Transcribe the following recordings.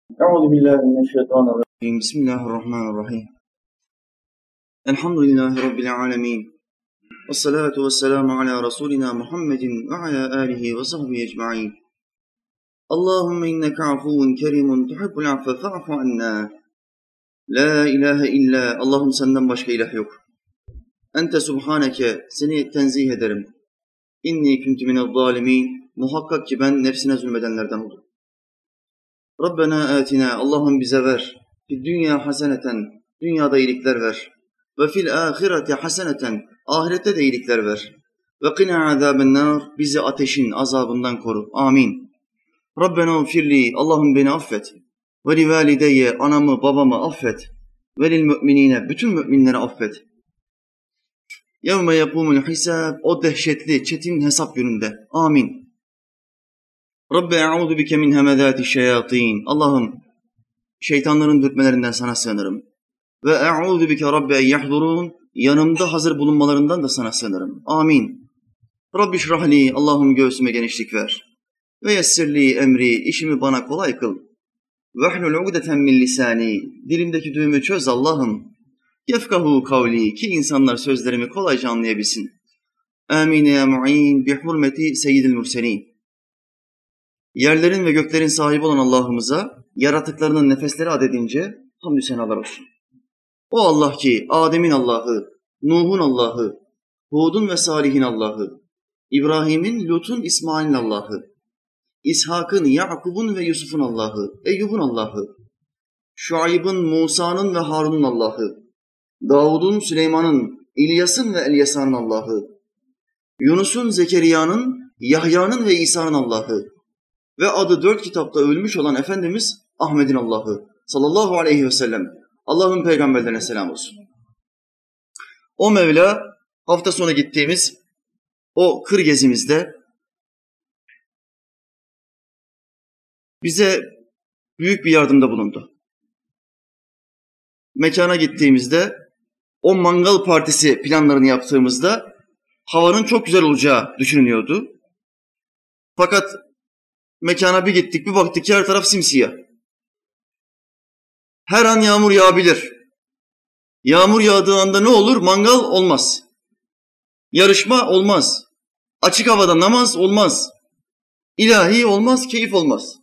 Euzu billahi mineşşeytanirracim. Bismillahirrahmanirrahim. Elhamdülillahi rabbil alamin. Ves salatu vesselamu ala rasulina Muhammedin ve ala alihi ve sahbihi ecmaîn. Allahumme inneke afuvun kerimun tuhibbul affe fa'fu anna. La ilahe illa Allah'ım senden başka ilah yok. Ente subhaneke seni tenzih ederim. İnni kuntu minel zalimin. Muhakkak ki ben nefsine zulmedenlerden oldum. Rabbena atina Allah'ım bize ver. Fid dünya haseneten dünyada iyilikler ver. Ve fil ahireti haseneten ahirette de iyilikler ver. Ve qina azabennar bizi ateşin azabından koru. Amin. Rabbena ufirli Allah'ım beni affet. Ve li valideyye anamı babamı affet. Ve lil müminine bütün müminleri affet. Yevme yekumul hisab o dehşetli çetin hesap gününde. Amin. Rabbi e'udu bike min hemezati şeyatin. Allah'ım şeytanların dürtmelerinden sana sığınırım. Ve e'udu bike Rabbi en yahdurun. Yanımda hazır bulunmalarından da sana sığınırım. Amin. Rabbi şrahli Allah'ım göğsüme genişlik ver. Ve yessirli emri işimi bana kolay kıl. Vehlul ugdeten min lisani. Dilimdeki düğümü çöz Allah'ım. Yefkahu kavli ki insanlar sözlerimi kolayca anlayabilsin. Amin ya mu'in bi hurmeti seyyidil murselin. Yerlerin ve göklerin sahibi olan Allah'ımıza yaratıklarının nefesleri adedince hamdü senalar olsun. O Allah ki Adem'in Allah'ı, Nuh'un Allah'ı, Hud'un ve Salih'in Allah'ı, İbrahim'in, Lut'un, İsmail'in Allah'ı, İshak'ın, Yakub'un ve Yusuf'un Allah'ı, Eyyub'un Allah'ı, Şuayb'ın, Musa'nın ve Harun'un Allah'ı, Davud'un, Süleyman'ın, İlyas'ın ve Elyasa'nın Allah'ı, Yunus'un, Zekeriya'nın, Yahya'nın ve İsa'nın Allah'ı ve adı 4 kitapta ölmüş olan Efendimiz Ahmet'in Allah'ı sallallahu aleyhi ve sellem. Allah'ın peygamberlerine selam olsun. O Mevla hafta sonu gittiğimiz o kır gezimizde bize büyük bir yardımda bulundu. Mekana gittiğimizde o mangal partisi planlarını yaptığımızda havanın çok güzel olacağı düşünülüyordu. Fakat mekana bir gittik, bir baktık ki her taraf simsiyah. Her an yağmur yağabilir. Yağmur yağdığı anda ne olur? Mangal olmaz. Yarışma olmaz. Açık havada namaz olmaz. İlahi olmaz, keyif olmaz.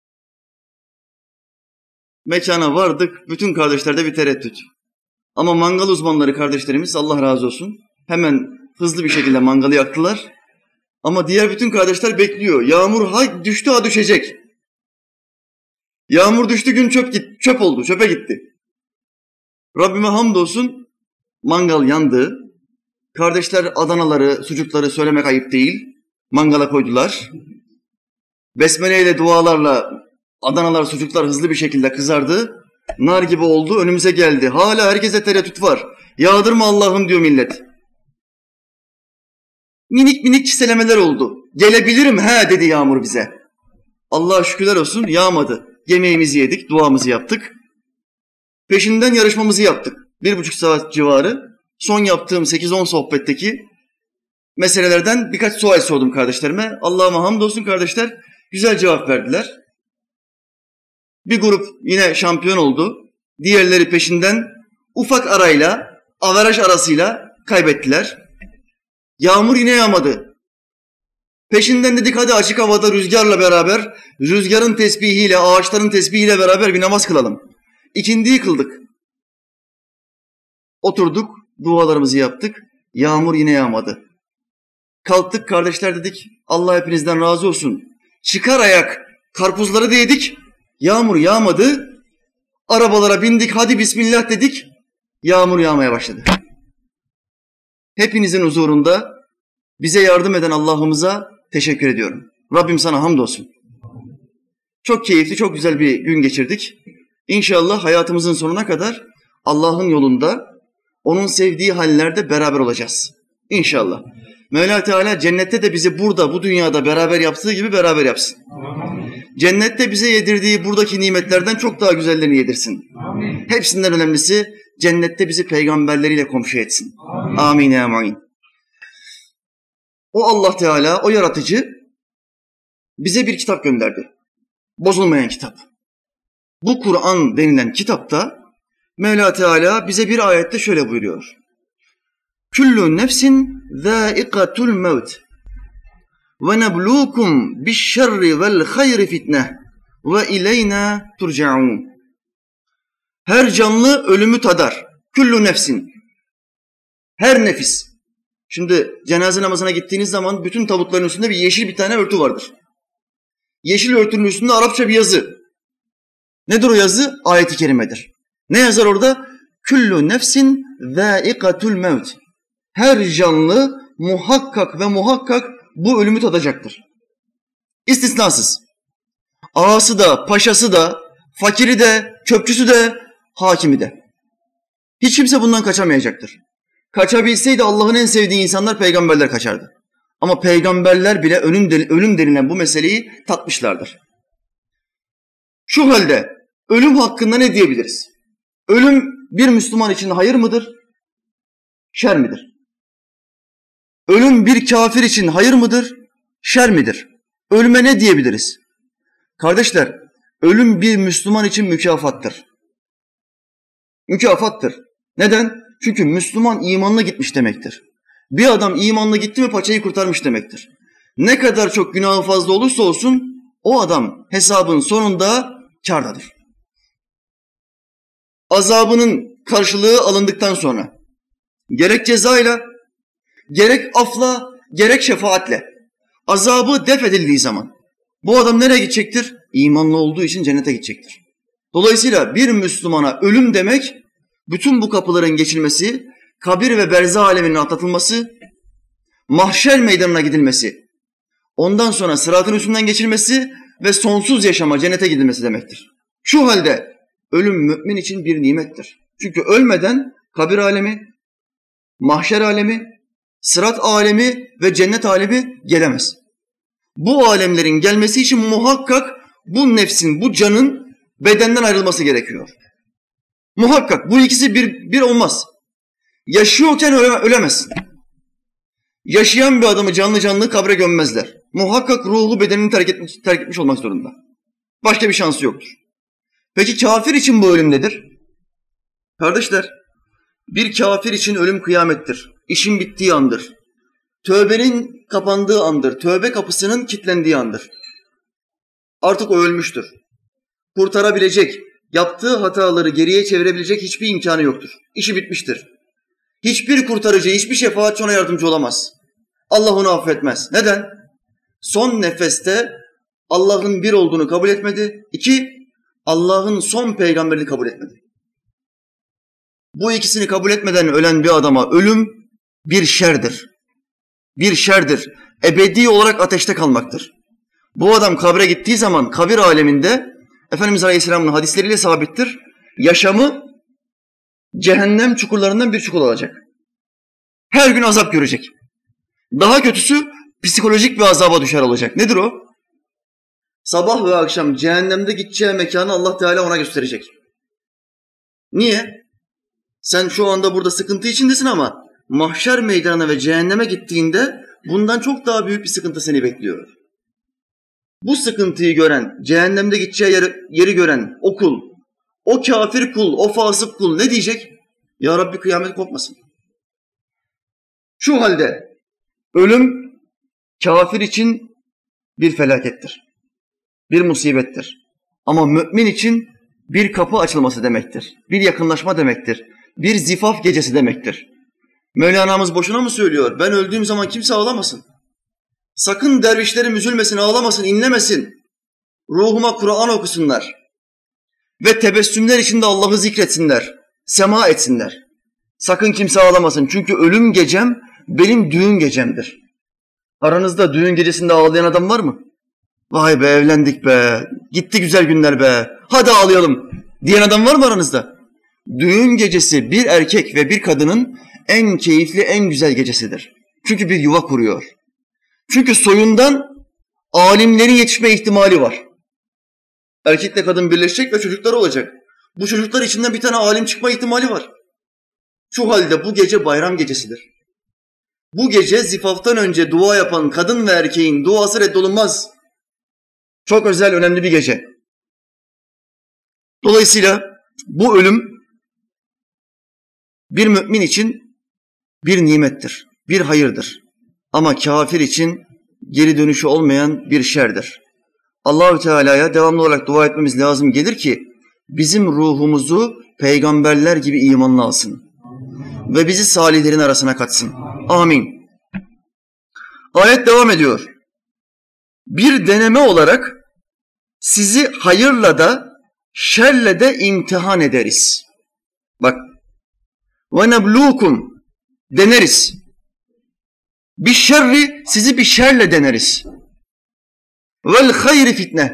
Mekana vardık, bütün kardeşlerde bir tereddüt. Ama mangal uzmanları kardeşlerimiz Allah razı olsun hemen hızlı bir şekilde mangalı yaktılar. Ama diğer bütün kardeşler bekliyor. Yağmur ha düştü ha düşecek. Yağmur düştü gün çöp oldu, çöpe gitti. Rabbime hamdolsun mangal yandı. Kardeşler Adanaları, sucukları söylemek ayıp değil. Mangala koydular. Besmele ile dualarla Adanalar, sucuklar hızlı bir şekilde kızardı. Nar gibi oldu, önümüze geldi. Hala herkese tereddüt var. Yağdırma Allah'ım diyor millet. Minik minik çiselemeler oldu. Gelebilirim he dedi yağmur bize. Allah'a şükürler olsun yağmadı. Yemeğimizi yedik, duamızı yaptık. Peşinden yarışmamızı yaptık. 1,5 saat civarı. Son yaptığım 8-10 sohbetteki meselelerden birkaç sual sordum kardeşlerime. Allah'ıma hamdolsun kardeşler güzel cevap verdiler. Bir grup yine şampiyon oldu. Diğerleri peşinden ufak arayla, averaj arasıyla kaybettiler. Yağmur yine yağmadı. Peşinden dedik hadi açık havada rüzgarla beraber, rüzgarın tesbihiyle, ağaçların tesbihiyle beraber bir namaz kılalım. İkindiyi kıldık. Oturduk, dualarımızı yaptık. Yağmur yine yağmadı. Kalktık kardeşler dedik, Allah hepinizden razı olsun. Çıkar ayak, karpuzları da yedik. Yağmur yağmadı. Arabalara bindik, hadi bismillah dedik. Yağmur yağmaya başladı. Hepinizin huzurunda bize yardım eden Allah'ımıza teşekkür ediyorum. Rabbim sana hamdolsun. Çok keyifli, çok güzel bir gün geçirdik. İnşallah hayatımızın sonuna kadar Allah'ın yolunda, onun sevdiği hallerde beraber olacağız. İnşallah. Mevla Teala cennette de bizi burada, bu dünyada beraber yaptığı gibi beraber yapsın. Cennette bize yedirdiği buradaki nimetlerden çok daha güzellerini yedirsin. Hepsinden önemlisi cennette bizi peygamberleriyle komşu etsin. Amin ya mu'in. O Allah Teala, o yaratıcı bize bir kitap gönderdi. Bozulmayan kitap. Bu Kur'an denilen kitapta Mevla Teala bize bir ayette şöyle buyuruyor. Küllü nefsin zâikatul mevt ve neblukum bişşerri vel hayri fitne ve ileyna turcaun. Her canlı ölümü tadar. Küllü nefsin. Her nefis. Şimdi cenaze namazına gittiğiniz zaman bütün tabutların üstünde yeşil bir tane örtü vardır. Yeşil örtünün üstünde Arapça bir yazı. Nedir o yazı? Ayet-i kerimedir. Ne yazar orada? Küllü nefsin zâikatul mevt. Her canlı muhakkak ve muhakkak bu ölümü tadacaktır. İstisnasız. Ağası da, paşası da, fakiri de, çöpçüsü de, hakimi de. Hiç kimse bundan kaçamayacaktır. Kaçabilseydi Allah'ın en sevdiği insanlar peygamberler kaçardı. Ama peygamberler bile ölüm denilen bu meseleyi tatmışlardır. Şu halde ölüm hakkında ne diyebiliriz? Ölüm bir Müslüman için hayır mıdır? Şer midir? Ölüm bir kafir için hayır mıdır? Şer midir? Ölüme ne diyebiliriz? Kardeşler, ölüm bir Müslüman için mükafattır. Mükafattır. Neden? Çünkü Müslüman imanla gitmiş demektir. Bir adam imanla gitti mi paçayı kurtarmış demektir. Ne kadar çok günahı fazla olursa olsun o adam hesabın sonunda kârdadır. Azabının karşılığı alındıktan sonra gerek cezayla, gerek afla, gerek şefaatle azabı def edildiği zaman bu adam nereye gidecektir? İmanlı olduğu için cennete gidecektir. Dolayısıyla bir Müslümana ölüm demek, bütün bu kapıların geçilmesi, kabir ve berzah aleminin atlatılması, mahşer meydanına gidilmesi, ondan sonra sıratın üstünden geçilmesi ve sonsuz yaşama, cennete gidilmesi demektir. Şu halde ölüm mümin için bir nimettir. Çünkü ölmeden kabir alemi, mahşer alemi, sırat alemi ve cennet alemi gelemez. Bu alemlerin gelmesi için muhakkak bu nefsin, bu canın bedenden ayrılması gerekiyor. Muhakkak bu ikisi bir olmaz. Yaşıyorken ölemezsin. Yaşayan bir adamı canlı canlı kabre gömmezler. Muhakkak ruhu bedenini terk etmiş olmak zorunda. Başka bir şansı yoktur. Peki kafir için bu ölüm nedir? Kardeşler, bir kafir için ölüm kıyamettir. İşin bittiği andır. Tövbenin kapandığı andır. Tövbe kapısının kilitlendiği andır. Artık o ölmüştür. Kurtarabilecek, yaptığı hataları geriye çevirebilecek hiçbir imkanı yoktur. İşi bitmiştir. Hiçbir kurtarıcı, hiçbir şefaatçi ona yardımcı olamaz. Allah onu affetmez. Neden? Son nefeste Allah'ın bir olduğunu kabul etmedi. 2, Allah'ın son peygamberini kabul etmedi. Bu ikisini kabul etmeden ölen bir adama ölüm bir şerdir. Bir şerdir. Ebedi olarak ateşte kalmaktır. Bu adam kabre gittiği zaman kabir aleminde Efendimiz Aleyhisselam'ın hadisleriyle sabittir. Yaşamı cehennem çukurlarından bir çukur olacak. Her gün azap görecek. Daha kötüsü psikolojik bir azaba düşer olacak. Nedir o? Sabah ve akşam cehennemde gideceği mekanı Allah Teala ona gösterecek. Niye? Sen şu anda burada sıkıntı içindesin ama mahşer meydanına ve cehenneme gittiğinde bundan çok daha büyük bir sıkıntı seni bekliyor. Bu sıkıntıyı gören, cehennemde gideceği yeri gören o kul, o kafir kul, o fasık kul ne diyecek? Ya Rabbi kıyamet kopmasın. Şu halde ölüm kafir için bir felakettir, bir musibettir. Ama mümin için bir kapı açılması demektir, bir yakınlaşma demektir, bir zifaf gecesi demektir. Mevlana'mız boşuna mı söylüyor? Ben öldüğüm zaman kimse ağlamasın. Sakın dervişlerim üzülmesin, ağlamasın, inlemesin. Ruhuma Kur'an okusunlar. Ve tebessümler içinde Allah'ı zikretsinler, sema etsinler. Sakın kimse ağlamasın. Çünkü ölüm gecem benim düğün gecemdir. Aranızda düğün gecesinde ağlayan adam var mı? Vay be evlendik be, gitti güzel günler be, hadi ağlayalım diyen adam var mı aranızda? Düğün gecesi bir erkek ve bir kadının en keyifli, en güzel gecesidir. Çünkü bir yuva kuruyor. Çünkü soyundan alimlerin yetişme ihtimali var. Erkekle kadın birleşecek ve çocuklar olacak. Bu çocuklar içinden bir tane alim çıkma ihtimali var. Şu halde bu gece bayram gecesidir. Bu gece zifaftan önce dua yapan kadın ve erkeğin duası reddolunmaz. Çok özel, önemli bir gece. Dolayısıyla bu ölüm bir mümin için bir nimettir, bir hayırdır. Ama kafir için geri dönüşü olmayan bir şerdir. Allah-u Teala'ya devamlı olarak dua etmemiz lazım gelir ki bizim ruhumuzu peygamberler gibi imanla alsın ve bizi salihlerin arasına katsın. Amin. Ayet devam ediyor. Bir deneme olarak sizi hayırla da şerle de imtihan ederiz. Bak. Ve neblukum deneriz. Bir şerri sizi bir şerle deneriz. Vel hayri fitne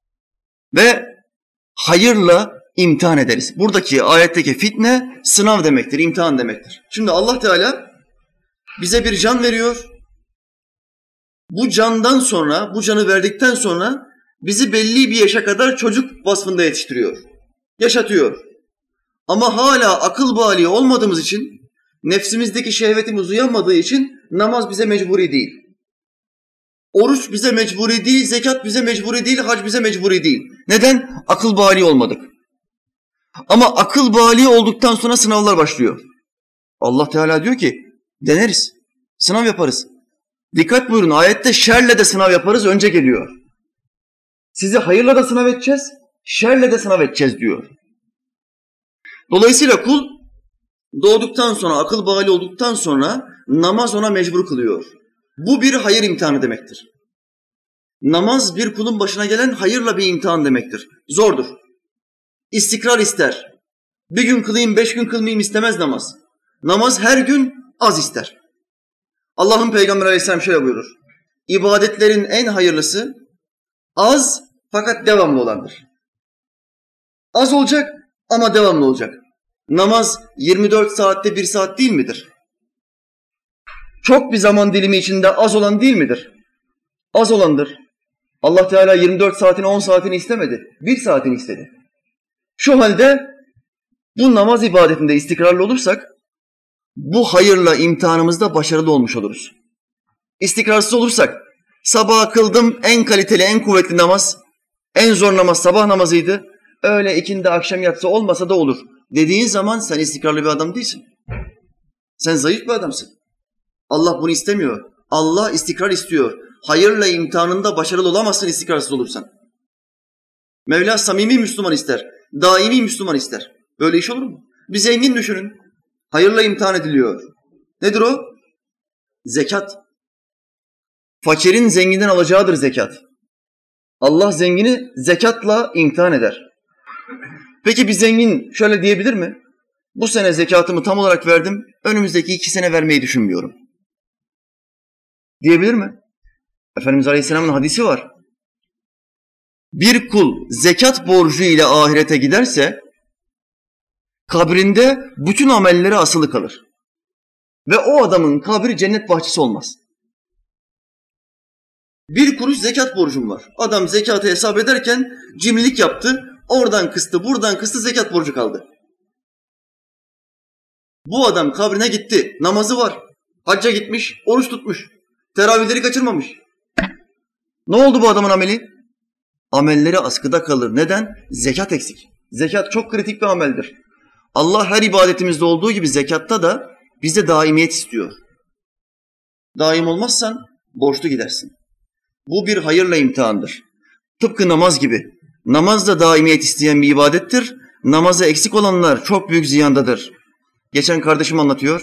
ve hayırla imtihan ederiz. Buradaki ayetteki fitne sınav demektir, imtihan demektir. Şimdi Allah Teala bize bir can veriyor. Bu candan sonra, bu canı verdikten sonra bizi belli bir yaşa kadar çocuk vasfında yetiştiriyor. Yaşatıyor. Ama hala akıl bali olmadığımız için, nefsimizdeki şehvetimiz uyanmadığı için namaz bize mecburi değil. Oruç bize mecburi değil, zekat bize mecburi değil, hac bize mecburi değil. Neden? Akıl bali olmadık. Ama akıl bali olduktan sonra sınavlar başlıyor. Allah Teala diyor ki, deneriz, sınav yaparız. Dikkat buyurun, ayette şerle de sınav yaparız, önce geliyor. Sizi hayırla da sınav edeceğiz, şerle de sınav edeceğiz diyor. Dolayısıyla kul doğduktan sonra, akıl bali olduktan sonra namaz ona mecbur kılıyor. Bu bir hayır imtihanı demektir. Namaz bir kulun başına gelen hayırla bir imtihan demektir. Zordur. İstikrar ister. Bir gün kılayım, 5 gün kılmayayım istemez namaz. Namaz her gün az ister. Allah'ın Peygamberi Aleyhisselam şöyle buyurur. İbadetlerin en hayırlısı az fakat devamlı olandır. Az olacak ama devamlı olacak. Namaz 24 saatte 1 saat değil midir? Çok bir zaman dilimi içinde az olan değil midir? Az olandır. Allah Teala 24 saatini 10 saatini istemedi. 1 saatini istedi. Şu halde bu namaz ibadetinde istikrarlı olursak bu hayırla imtihanımızda başarılı olmuş oluruz. İstikrarsız olursak sabah kıldım en kaliteli en kuvvetli namaz, en zor namaz sabah namazıydı. Öğle ikindi akşam yatsı olmasa da olur dediğin zaman sen istikrarlı bir adam değilsin. Sen zayıf bir adamsın. Allah bunu istemiyor. Allah istikrar istiyor. Hayırla imtihanında başarılı olamazsın istikrarsız olursan. Mevla samimi Müslüman ister. Daimi Müslüman ister. Böyle iş olur mu? Bir zengin düşünün. Hayırla imtihan ediliyor. Nedir o? Zekat. Fakirin zenginden alacağıdır zekat. Allah zengini zekatla imtihan eder. Peki bir zengin şöyle diyebilir mi? Bu sene zekatımı tam olarak verdim, önümüzdeki 2 sene vermeyi düşünmüyorum. Diyebilir mi? Efendimiz Aleyhisselam'ın hadisi var. Bir kul zekat borcu ile ahirete giderse, kabrinde bütün amelleri asılı kalır. Ve o adamın kabri cennet bahçesi olmaz. Bir kuruş zekat borcum var. Adam zekatı hesap ederken cimrilik yaptı. Oradan kıstı, buradan kıstı, zekat borcu kaldı. Bu adam kabrine gitti. Namazı var. Hacca gitmiş, oruç tutmuş. Teravihleri kaçırmamış. Ne oldu bu adamın ameli? Amelleri askıda kalır. Neden? Zekat eksik. Zekat çok kritik bir ameldir. Allah her ibadetimizde olduğu gibi zekatta da bize daimiyet istiyor. Daim olmazsan borçlu gidersin. Bu bir hayırla imtihandır. Tıpkı namaz gibi. Namaz da daimiyet isteyen bir ibadettir. Namaza eksik olanlar çok büyük ziyandadır. Geçen kardeşim anlatıyor.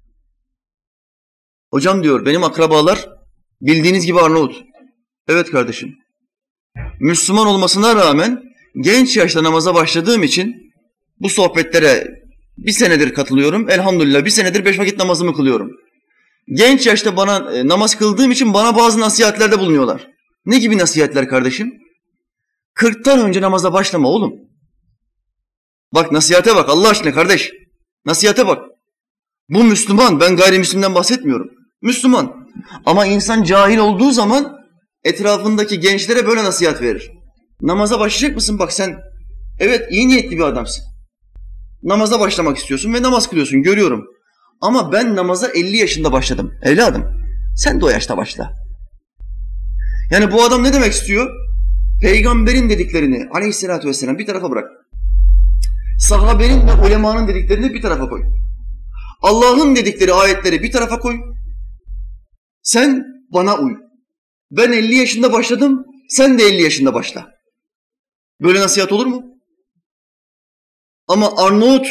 Hocam diyor, benim akrabalar bildiğiniz gibi Arnavut. Evet kardeşim. Müslüman olmasına rağmen genç yaşta namaza başladığım için bu sohbetlere 1 senedir katılıyorum. Elhamdülillah 1 senedir 5 vakit namazımı kılıyorum. Genç yaşta bana namaz kıldığım için bana bazı nasihatlerde bulunuyorlar. Ne gibi nasihatler kardeşim? 40'tan önce namaza başlama oğlum. Bak nasihate bak Allah aşkına kardeş. Nasihate bak. Bu Müslüman, ben gayrimüslimden bahsetmiyorum. Müslüman. Ama insan cahil olduğu zaman etrafındaki gençlere böyle nasihat verir. Namaza başlayacak mısın? Bak sen evet iyi niyetli bir adamsın. Namaza başlamak istiyorsun ve namaz kılıyorsun, görüyorum. Ama ben namaza 50 yaşında başladım. Evladım, sen de o yaşta başla. Yani bu adam ne demek istiyor? Peygamberin dediklerini aleyhissalatü vesselam bir tarafa bırak. Sahabenin ve ulemanın dediklerini bir tarafa koy. Allah'ın dedikleri ayetleri bir tarafa koy. Sen bana uy. Ben 50 yaşında başladım, sen de 50 yaşında başla. Böyle nasihat olur mu? Ama Arnavut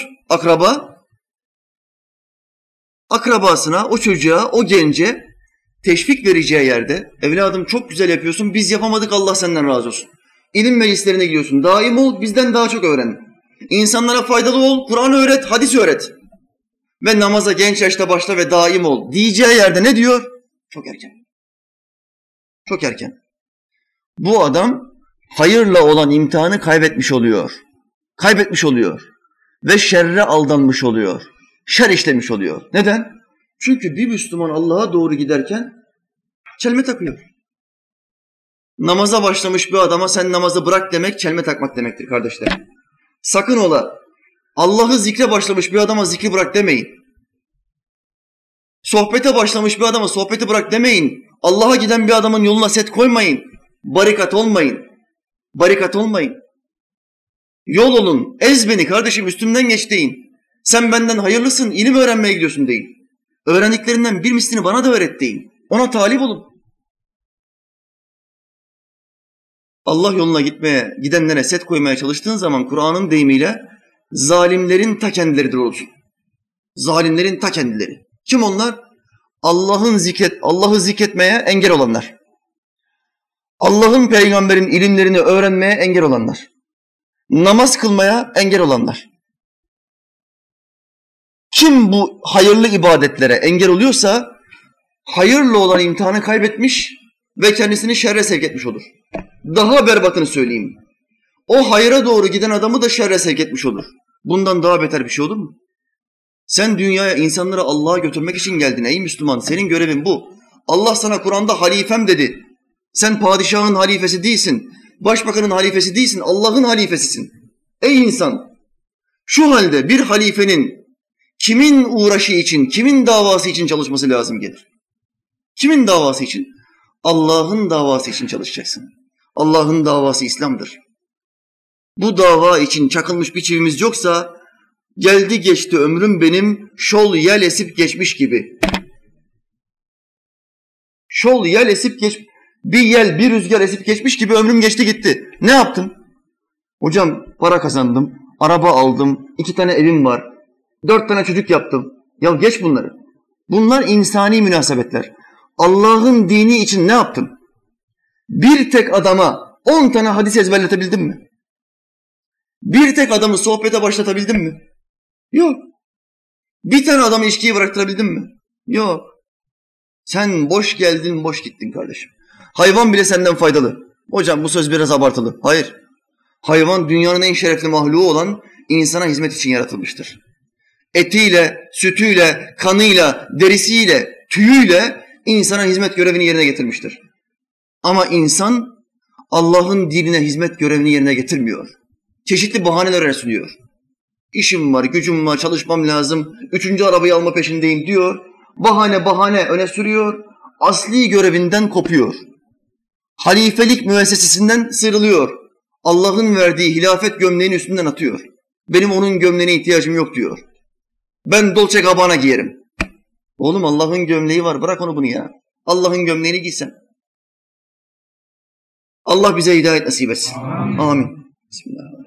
akrabasına, o çocuğa, o gence teşvik vereceği yerde, evladım çok güzel yapıyorsun, biz yapamadık, Allah senden razı olsun. İlim meclislerine gidiyorsun, daim ol, bizden daha çok öğren. İnsanlara faydalı ol, Kur'an öğret, hadis öğret. Ve namaza genç yaşta başla ve daim ol diyeceği yerde ne diyor? Çok erken. Çok erken. Bu adam hayırla olan imtihanı kaybetmiş oluyor. Kaybetmiş oluyor. Ve şerre aldanmış oluyor. Şer işlemiş oluyor. Neden? Çünkü bir Müslüman Allah'a doğru giderken çelme takıyor. Namaza başlamış bir adama sen namazı bırak demek çelme takmak demektir kardeşler. Sakın ola Allah'ı zikre başlamış bir adama zikri bırak demeyin. Sohbete başlamış bir adama sohbeti bırak demeyin. Allah'a giden bir adamın yoluna set koymayın. Barikat olmayın. Barikat olmayın. Yol olun. Ez beni kardeşim, üstümden geç deyin. Sen benden hayırlısın, ilim öğrenmeye gidiyorsun deyin. Öğrendiklerinden bir mislini bana da öğret deyin. Ona talip olun. Allah yoluna gidenlere set koymaya çalıştığın zaman Kur'an'ın deyimiyle zalimlerin ta kendileridir olsun. Zalimlerin ta kendileri. Kim onlar? Allah'ı zikretmeye engel olanlar. Allah'ın peygamberin ilimlerini öğrenmeye engel olanlar. Namaz kılmaya engel olanlar. Kim bu hayırlı ibadetlere engel oluyorsa hayırlı olan imtihanı kaybetmiş ve kendisini şerre sevk etmiş olur. Daha berbatını söyleyeyim. O hayıra doğru giden adamı da şerre sevk etmiş olur. Bundan daha beter bir şey olur mu? Sen dünyaya insanları Allah'a götürmek için geldin ey Müslüman. Senin görevin bu. Allah sana Kur'an'da halifem dedi. Sen padişahın halifesi değilsin. Başbakanın halifesi değilsin. Allah'ın halifesisin. Ey insan! Şu halde bir halifenin kimin uğraşı için, kimin davası için çalışması lazım gelir? Kimin davası için? Allah'ın davası için çalışacaksın. Allah'ın davası İslam'dır. Bu dava için çakılmış bir çivimiz yoksa geldi geçti ömrüm benim şol yel esip geçmiş gibi. Şol yel esip bir yel bir rüzgar esip geçmiş gibi ömrüm geçti gitti. Ne yaptın? Hocam para kazandım, araba aldım, 2 tane evim var, 4 tane çocuk yaptım. Ya geç bunları. Bunlar insani münasebetler. Allah'ın dini için ne yaptın? Bir tek adama 10 tane hadis ezberletebildin mi? Bir tek adamı sohbete başlatabildin mi? Yok. Bir tane adamı içkiyi bıraktırabildin mi? Yok. Sen boş geldin, boş gittin kardeşim. Hayvan bile senden faydalı. Hocam bu söz biraz abartılı. Hayır. Hayvan dünyanın en şerefli mahluğu olan insana hizmet için yaratılmıştır. Etiyle, sütüyle, kanıyla, derisiyle, tüyüyle insana hizmet görevini yerine getirmiştir. Ama insan Allah'ın dinine hizmet görevini yerine getirmiyor. Çeşitli bahaneler sunuyor. İşim var, gücüm var, çalışmam lazım, 3. arabayı alma peşindeyim diyor. Bahane öne sürüyor, asli görevinden kopuyor. Halifelik müessesesinden sıyrılıyor. Allah'ın verdiği hilafet gömleğinin üstünden atıyor. Benim onun gömleğine ihtiyacım yok diyor. Ben Dolce Gabbana giyerim. Oğlum Allah'ın gömleği var, bırak onu bunu ya. Allah'ın gömleğini giysen. Allah bize hidayet nasip etsin. Amin. Bismillahirrahmanirrahim.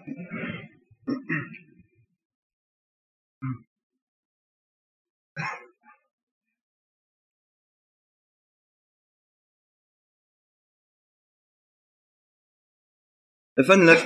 Efendiler,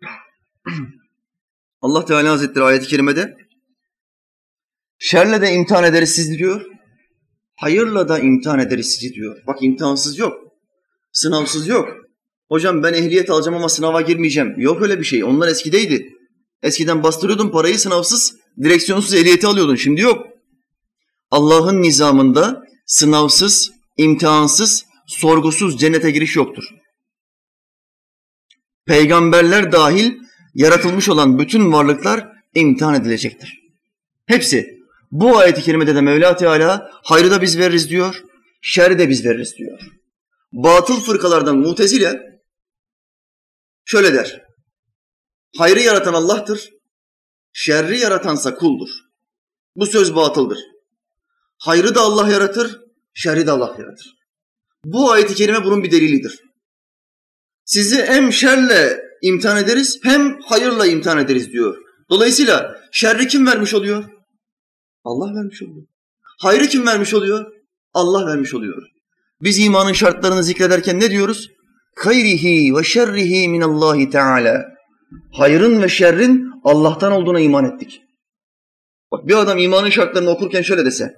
Allah Teala Hazretleri ayet-i kerimede şerle de imtihan ederiz sizi diyor, hayırla da imtihan ederiz sizi diyor. Bak imtihansız yok, sınavsız yok. Hocam ben ehliyet alacağım ama sınava girmeyeceğim. Yok öyle bir şey, onlar eskideydi. Eskiden bastırıyordun parayı, sınavsız, direksiyonsuz ehliyeti alıyordun, şimdi yok. Allah'ın nizamında sınavsız, imtihansız, sorgusuz cennete giriş yoktur. Peygamberler dahil yaratılmış olan bütün varlıklar imtihan edilecektir. Hepsi. Bu ayet-i kerimede de Mevla Teala hayrı da biz veririz diyor, şerri de biz veririz diyor. Batıl fırkalardan Mutezile şöyle der: hayrı yaratan Allah'tır, şerri yaratansa kuldur. Bu söz batıldır. Hayrı da Allah yaratır, şerri de Allah yaratır. Bu ayet-i kerime bunun bir delilidir. Sizi hem şerle imtihan ederiz hem hayırla imtihan ederiz diyor. Dolayısıyla şerri kim vermiş oluyor? Allah vermiş oluyor. Hayrı kim vermiş oluyor? Allah vermiş oluyor. Biz imanın şartlarını zikrederken ne diyoruz? Hayrihi ve şerrihi minallahi teala. Hayrın ve şerrin Allah'tan olduğuna iman ettik. Bak bir adam imanın şartlarını okurken şöyle dese.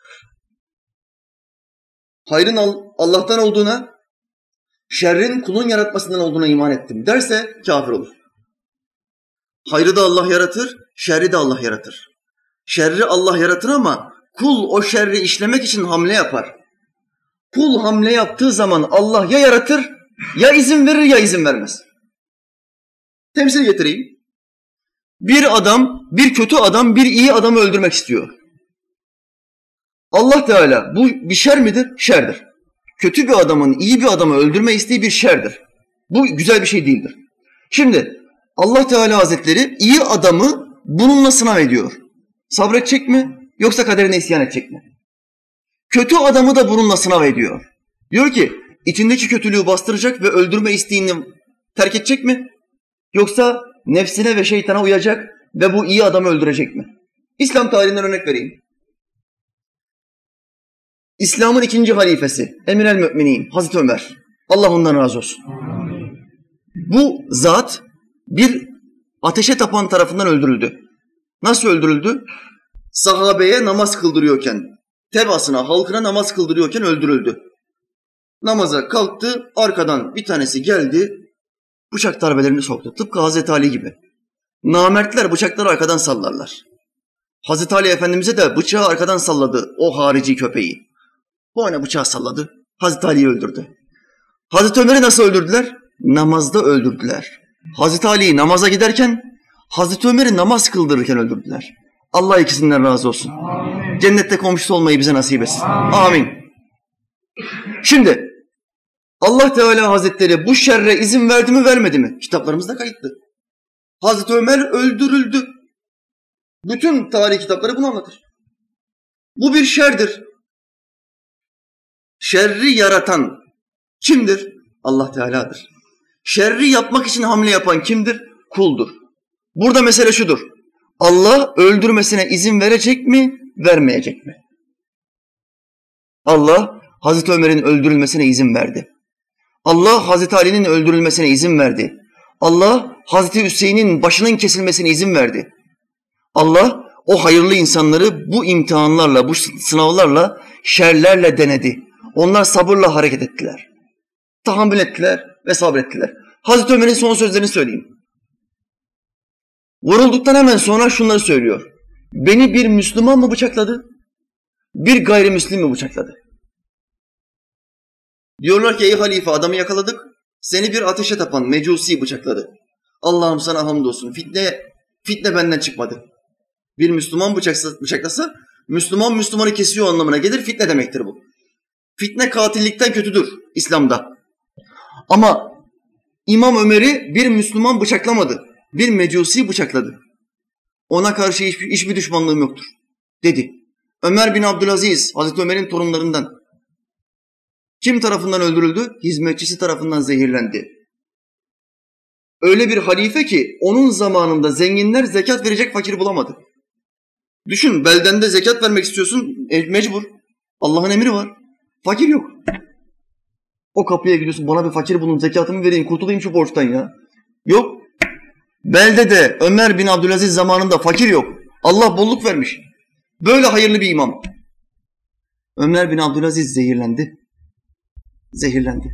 Hayrın Allah'tan olduğuna, şerrin kulun yaratmasından olduğuna iman ettim derse kafir olur. Hayrı da Allah yaratır, şerri de Allah yaratır. Şerri Allah yaratır ama kul o şerri işlemek için hamle yapar. Kul hamle yaptığı zaman Allah ya yaratır, ya izin verir ya izin vermez. Temsil getireyim. Bir adam, bir kötü adam, bir iyi adamı öldürmek istiyor. Allah Teala bu bir şer midir? Şerdir. Kötü bir adamın iyi bir adamı öldürme isteği bir şerdir. Bu güzel bir şey değildir. Şimdi Allah Teala Hazretleri iyi adamı bununla sınav ediyor. Sabredecek mi yoksa kaderine isyan edecek mi? Kötü adamı da bununla sınav ediyor. Diyor ki içindeki kötülüğü bastıracak ve öldürme isteğini terk edecek mi? Yoksa nefsine ve şeytana uyacak ve bu iyi adamı öldürecek mi? İslam tarihinden örnek vereyim. İslam'ın ikinci halifesi, Emir-el Mü'minin, Hazreti Ömer. Allah ondan razı olsun. Bu zat bir ateşe tapan tarafından öldürüldü. Nasıl öldürüldü? Sahabeye namaz kıldırıyorken, tebaasına, halkına namaz kıldırıyorken öldürüldü. Namaza kalktı, arkadan bir tanesi geldi, bıçak darbelerini soktu. Tıpkı Hazreti Ali gibi. Namertler bıçakları arkadan sallarlar. Hazreti Ali Efendimiz'e de bıçağı arkadan salladı o harici köpeği. Bu ana bıçağı salladı. Hazreti Ali'yi öldürdü. Hazreti Ömer'i nasıl öldürdüler? Namazda öldürdüler. Hazreti Ali'yi namaza giderken, Hazreti Ömer'i namaz kıldırırken öldürdüler. Allah ikisinden razı olsun. Amin. Cennette komşusu olmayı bize nasip etsin. Amin. Şimdi Allah Teala Hazretleri bu şerre izin verdi mi vermedi mi? Kitaplarımızda kayıtlı. Hazreti Ömer öldürüldü. Bütün tarih kitapları bunu anlatır. Bu bir şerdir. Şerri yaratan kimdir? Allah Teala'dır. Şerri yapmak için hamle yapan kimdir? Kuldur. Burada mesele şudur. Allah öldürmesine izin verecek mi, vermeyecek mi? Allah Hazreti Ömer'in öldürülmesine izin verdi. Allah Hazreti Ali'nin öldürülmesine izin verdi. Allah Hazreti Hüseyin'in başının kesilmesine izin verdi. Allah o hayırlı insanları bu imtihanlarla, bu sınavlarla, şerlerle denedi. Onlar sabırla hareket ettiler. Tahammül ettiler ve sabrettiler. Hazreti Ömer'in son sözlerini söyleyeyim. Vurulduktan hemen sonra şunları söylüyor. Beni bir Müslüman mı bıçakladı? Bir gayrimüslim mi bıçakladı? Diyorlar ki ey halife adamı yakaladık. Seni bir ateşe tapan mecusi bıçakladı. Allah'ım sana hamdolsun. Fitne benden çıkmadı. Bir Müslüman bıçaklasa Müslüman Müslümanı kesiyor anlamına gelir. Fitne demektir bu. Fitne katillikten kötüdür İslam'da. Ama İmam Ömer'i bir Müslüman bıçaklamadı. Bir mecusi bıçakladı. Ona karşı hiçbir düşmanlığım yoktur dedi. Ömer bin Abdülaziz, Hazreti Ömer'in torunlarından. Kim tarafından öldürüldü? Hizmetçisi tarafından zehirlendi. Öyle bir halife ki onun zamanında zenginler zekat verecek fakir bulamadı. Düşün, beldende zekat vermek istiyorsun, mecbur. Allah'ın emri var. Fakir yok. O kapıya gidiyorsun, bana bir fakir bulun, zekatımı vereyim, kurtulayım şu borçtan ya. Yok. Beldede Ömer bin Abdülaziz zamanında fakir yok. Allah bolluk vermiş. Böyle hayırlı bir imam. Ömer bin Abdülaziz zehirlendi. Zehirlendi.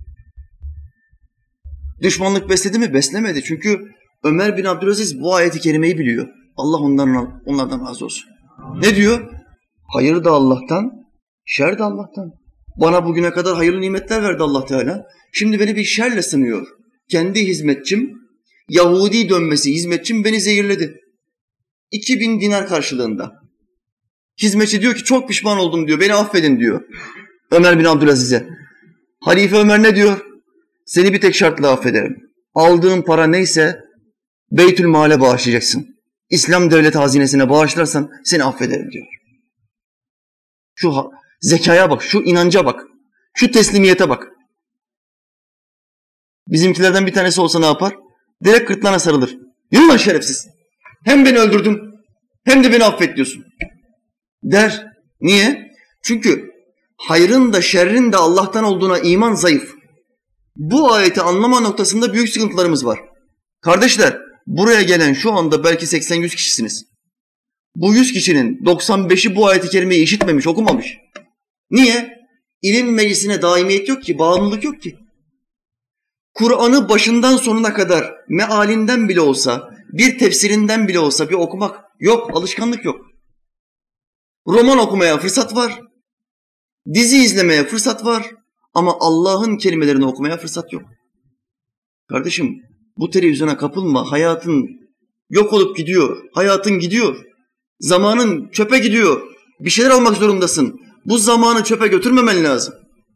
Düşmanlık besledi mi? Beslemedi. Çünkü Ömer bin Abdülaziz bu ayeti kerimeyi biliyor. Allah onlardan razı olsun. Ne diyor? Hayır da Allah'tan, şer de Allah'tan. Bana bugüne kadar hayırlı nimetler verdi Allah Teala. Şimdi beni bir şerle sınıyor. Kendi hizmetçim, Yahudi dönmesi hizmetçim beni zehirledi. 2000 dinar karşılığında. Hizmetçi diyor ki çok pişman oldum diyor. Beni affedin diyor. Ömer bin Abdülaziz'e. Halife Ömer ne diyor? Seni bir tek şartla affederim. Aldığın para neyse Beytülmal'e bağışlayacaksın. İslam devleti hazinesine bağışlarsan seni affederim diyor. Şu zekaya bak, şu inanca bak, şu teslimiyete bak. Bizimkilerden bir tanesi olsa ne yapar? Direkt gırtlağına sarılır. Yürü lan şerefsiz. Hem beni öldürdün hem de beni affet diyorsun. Der. Niye? Çünkü hayrın da şerrin de Allah'tan olduğuna iman zayıf. Bu ayeti anlama noktasında büyük sıkıntılarımız var. Kardeşler, buraya gelen şu anda belki 80-100 kişisiniz. Bu 100 kişinin 95'i bu ayeti kerimeyi işitmemiş, okumamış. Niye? İlim meclisine daimiyet yok ki, bağımlılık yok ki. Kur'an'ı başından sonuna kadar mealinden bile olsa, bir tefsirinden bile olsa bir okumak yok, alışkanlık yok. Roman okumaya fırsat var, dizi izlemeye fırsat var ama Allah'ın kelimelerini okumaya fırsat yok. Kardeşim, bu televizyona kapılma, hayatın yok olup gidiyor, hayatın gidiyor, zamanın çöpe gidiyor, bir şeyler almak zorundasın. Bu zamanı çöpe götürmemen lazım.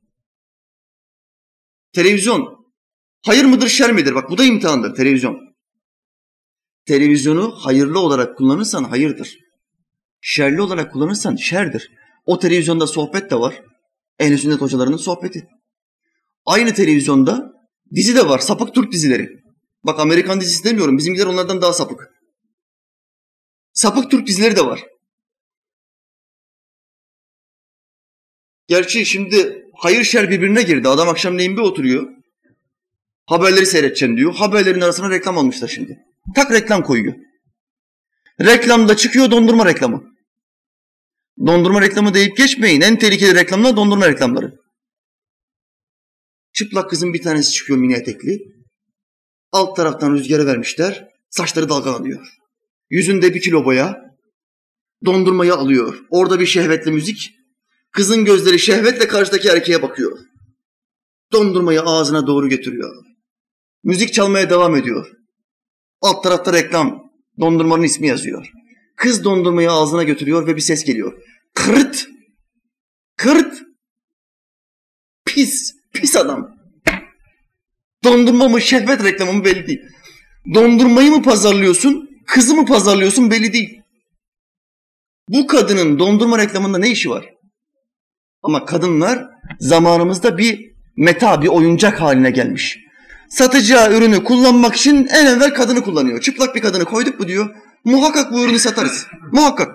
Televizyon, hayır mıdır, şer midir? Bak bu da imtihandır, televizyon. Televizyonu hayırlı olarak kullanırsan hayırdır. Şerli olarak kullanırsan şerdir. O televizyonda sohbet de var. Ehl-i sünnet hocalarının sohbeti. Aynı televizyonda dizi de var, sapık Türk dizileri. Bak Amerikan dizisi demiyorum, bizimkiler onlardan daha sapık. Sapık Türk dizileri de var. Gerçi şimdi hayır şer birbirine girdi. Adam akşamleyin bir oturuyor. Haberleri seyredeceğim diyor. Haberlerin arasına reklam almışlar şimdi. Tak reklam koyuyor. Reklamda çıkıyor dondurma reklamı. Dondurma reklamı deyip geçmeyin. En tehlikeli reklamlar dondurma reklamları. Çıplak kızın bir tanesi çıkıyor mini etekli. Alt taraftan rüzgarı vermişler. Saçları dalgalanıyor. Yüzünde 1 kilo boya. Dondurmayı alıyor. Orada bir şehvetli müzik. Kızın gözleri şehvetle karşıdaki erkeğe bakıyor. Dondurmayı ağzına doğru götürüyor. Müzik çalmaya devam ediyor. Alt tarafta reklam. Dondurmanın ismi yazıyor. Kız dondurmayı ağzına götürüyor ve bir ses geliyor. Kırt! Kırt! Pis! Pis adam! Dondurma mı şehvet reklamı mı belli değil. Dondurmayı mı pazarlıyorsun, kızı mı pazarlıyorsun belli değil. Bu kadının dondurma reklamında ne işi var? Ama kadınlar zamanımızda bir meta, bir oyuncak haline gelmiş. Satacağı ürünü kullanmak için en evvel kadını kullanıyor. Çıplak bir kadını koyduk mu diyor, muhakkak bu ürünü satarız. Muhakkak.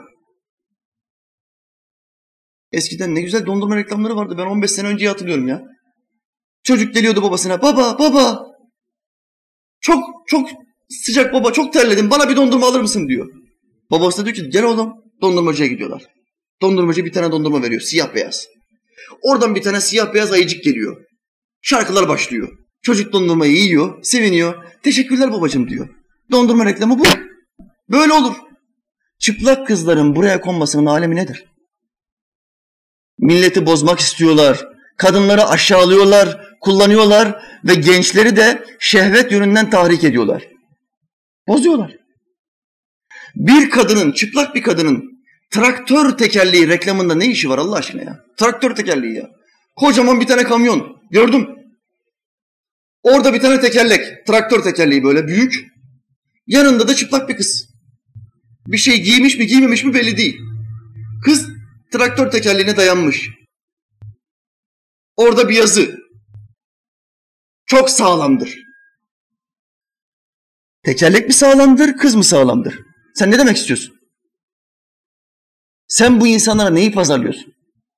Eskiden ne güzel dondurma reklamları vardı. Ben 15 sene önceyi hatırlıyorum ya. Çocuk geliyordu babasına. Baba, baba. Çok sıcak baba, çok terledim. Bana bir dondurma alır mısın diyor. Babası da diyor ki gel oğlum. Dondurmacıya gidiyorlar. Dondurmacı bir tane dondurma veriyor. Siyah beyaz. Oradan bir tane siyah beyaz ayıcık geliyor. Şarkılar başlıyor. Çocuk dondurmayı yiyor, seviniyor. Teşekkürler babacığım diyor. Dondurma reklamı bu. Böyle olur. Çıplak kızların buraya konmasının alemi nedir? Milleti bozmak istiyorlar. Kadınları aşağılıyorlar, kullanıyorlar ve gençleri de şehvet yönünden tahrik ediyorlar. Bozuyorlar. Bir kadının, çıplak bir kadının traktör tekerleği reklamında ne işi var Allah aşkına ya? Traktör tekerleği ya. Kocaman bir tane kamyon. Gördüm. Orada bir tane tekerlek. Traktör tekerleği böyle büyük. Yanında da çıplak bir kız. Bir şey giymiş mi giymemiş mi belli değil. Kız traktör tekerleğine dayanmış. Orada bir yazı. Çok sağlamdır. Tekerlek mi sağlamdır, kız mı sağlamdır? Sen ne demek istiyorsun? Sen bu insanlara neyi pazarlıyorsun?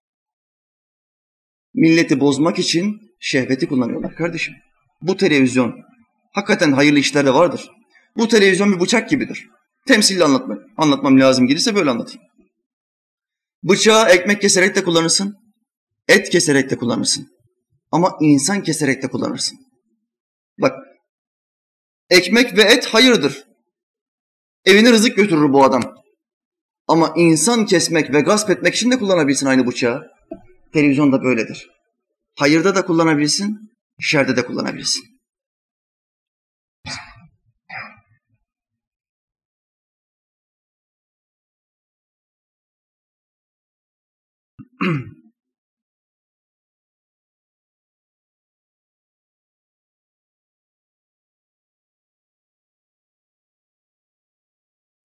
Milleti bozmak için şehveti kullanıyorlar kardeşim. Bu televizyon hakikaten hayırlı işlerde vardır. Bu televizyon bir bıçak gibidir. Temsille anlatmam lazım gelirse böyle anlatayım. Bıçağı ekmek keserek de kullanırsın, et keserek de kullanırsın. Ama insan keserek de kullanırsın. Bak, ekmek ve et hayırdır. Evine rızık götürür bu adam. Ama insan kesmek ve gasp etmek için de kullanabilirsin aynı bıçağı. Televizyon da böyledir. Hayırda da kullanabilirsin, şerde de kullanabilirsin.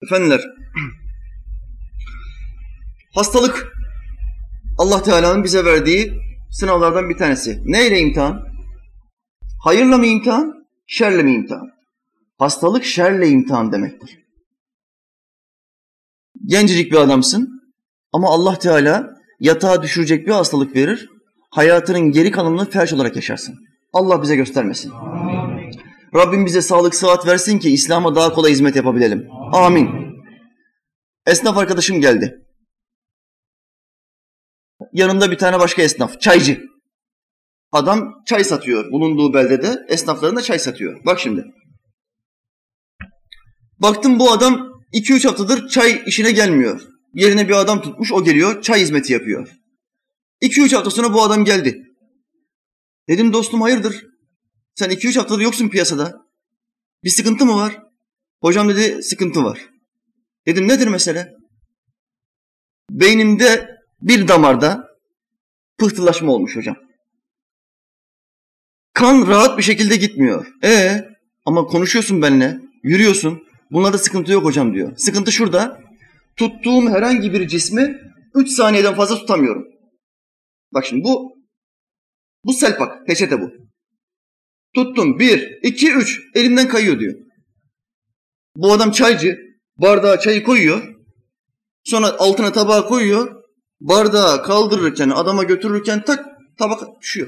Efendiler, hastalık Allah Teala'nın bize verdiği sınavlardan bir tanesi. Neyle imtihan? Hayırla mı imtihan, şerle mi imtihan? Hastalık şerle imtihan demektir. Gencecik bir adamsın ama Allah Teala yatağa düşürecek bir hastalık verir. Hayatının geri kalanını felç olarak yaşarsın. Allah bize göstermesin. Amin. Rabbim bize sağlık, sıhhat versin ki İslam'a daha kolay hizmet yapabilelim. Amin. Esnaf arkadaşım geldi. Yanında bir tane başka esnaf, çaycı. Adam çay satıyor. Bulunduğu beldede esnaflarına çay satıyor. Bak şimdi. Baktım bu adam 2-3 haftadır çay işine gelmiyor. Yerine bir adam tutmuş, o geliyor, çay hizmeti yapıyor. 2-3 hafta sonra bu adam geldi. Dedim dostum hayırdır? Sen 2-3 haftadır yoksun piyasada. Bir sıkıntı mı var? Hocam dedi sıkıntı var. Dedim nedir mesele? Beynimde bir damarda pıhtılaşma olmuş hocam. Kan rahat bir şekilde gitmiyor. Ama konuşuyorsun benimle, yürüyorsun. Bunlarda sıkıntı yok hocam diyor. Sıkıntı şurada. Tuttuğum herhangi bir cismi 3 saniyeden fazla tutamıyorum. Bak şimdi bu selpak, peçete bu. Tuttum 1, 2, 3 elimden kayıyor diyor. Bu adam çaycı, bardağa çayı koyuyor. Sonra altına tabağı koyuyor. Bardağı kaldırırken, adama götürürken tak tabak düşüyor.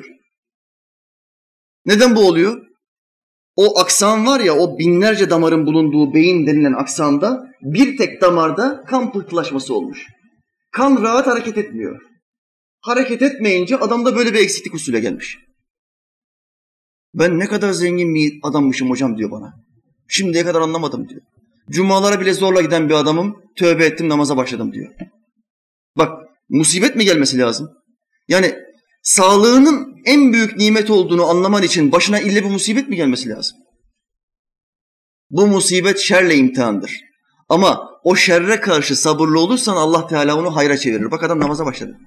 Neden bu oluyor? O aksan var ya, o binlerce damarın bulunduğu beyin denilen aksanda bir tek damarda kan pıhtılaşması olmuş. Kan rahat hareket etmiyor. Hareket etmeyince adamda böyle bir eksiklik usule gelmiş. Ben ne kadar zengin bir adammışım hocam diyor bana. Şimdiye kadar anlamadım diyor. Cumalara bile zorla giden bir adamım, tövbe ettim namaza başladım diyor. Bak musibet mi gelmesi lazım? Yani sağlığının en büyük nimet olduğunu anlaman için başına ille bir musibet mi gelmesi lazım? Bu musibet şerle imtihandır. Ama o şerre karşı sabırlı olursan Allah Teala onu hayra çevirir. Bak adam namaza başladı.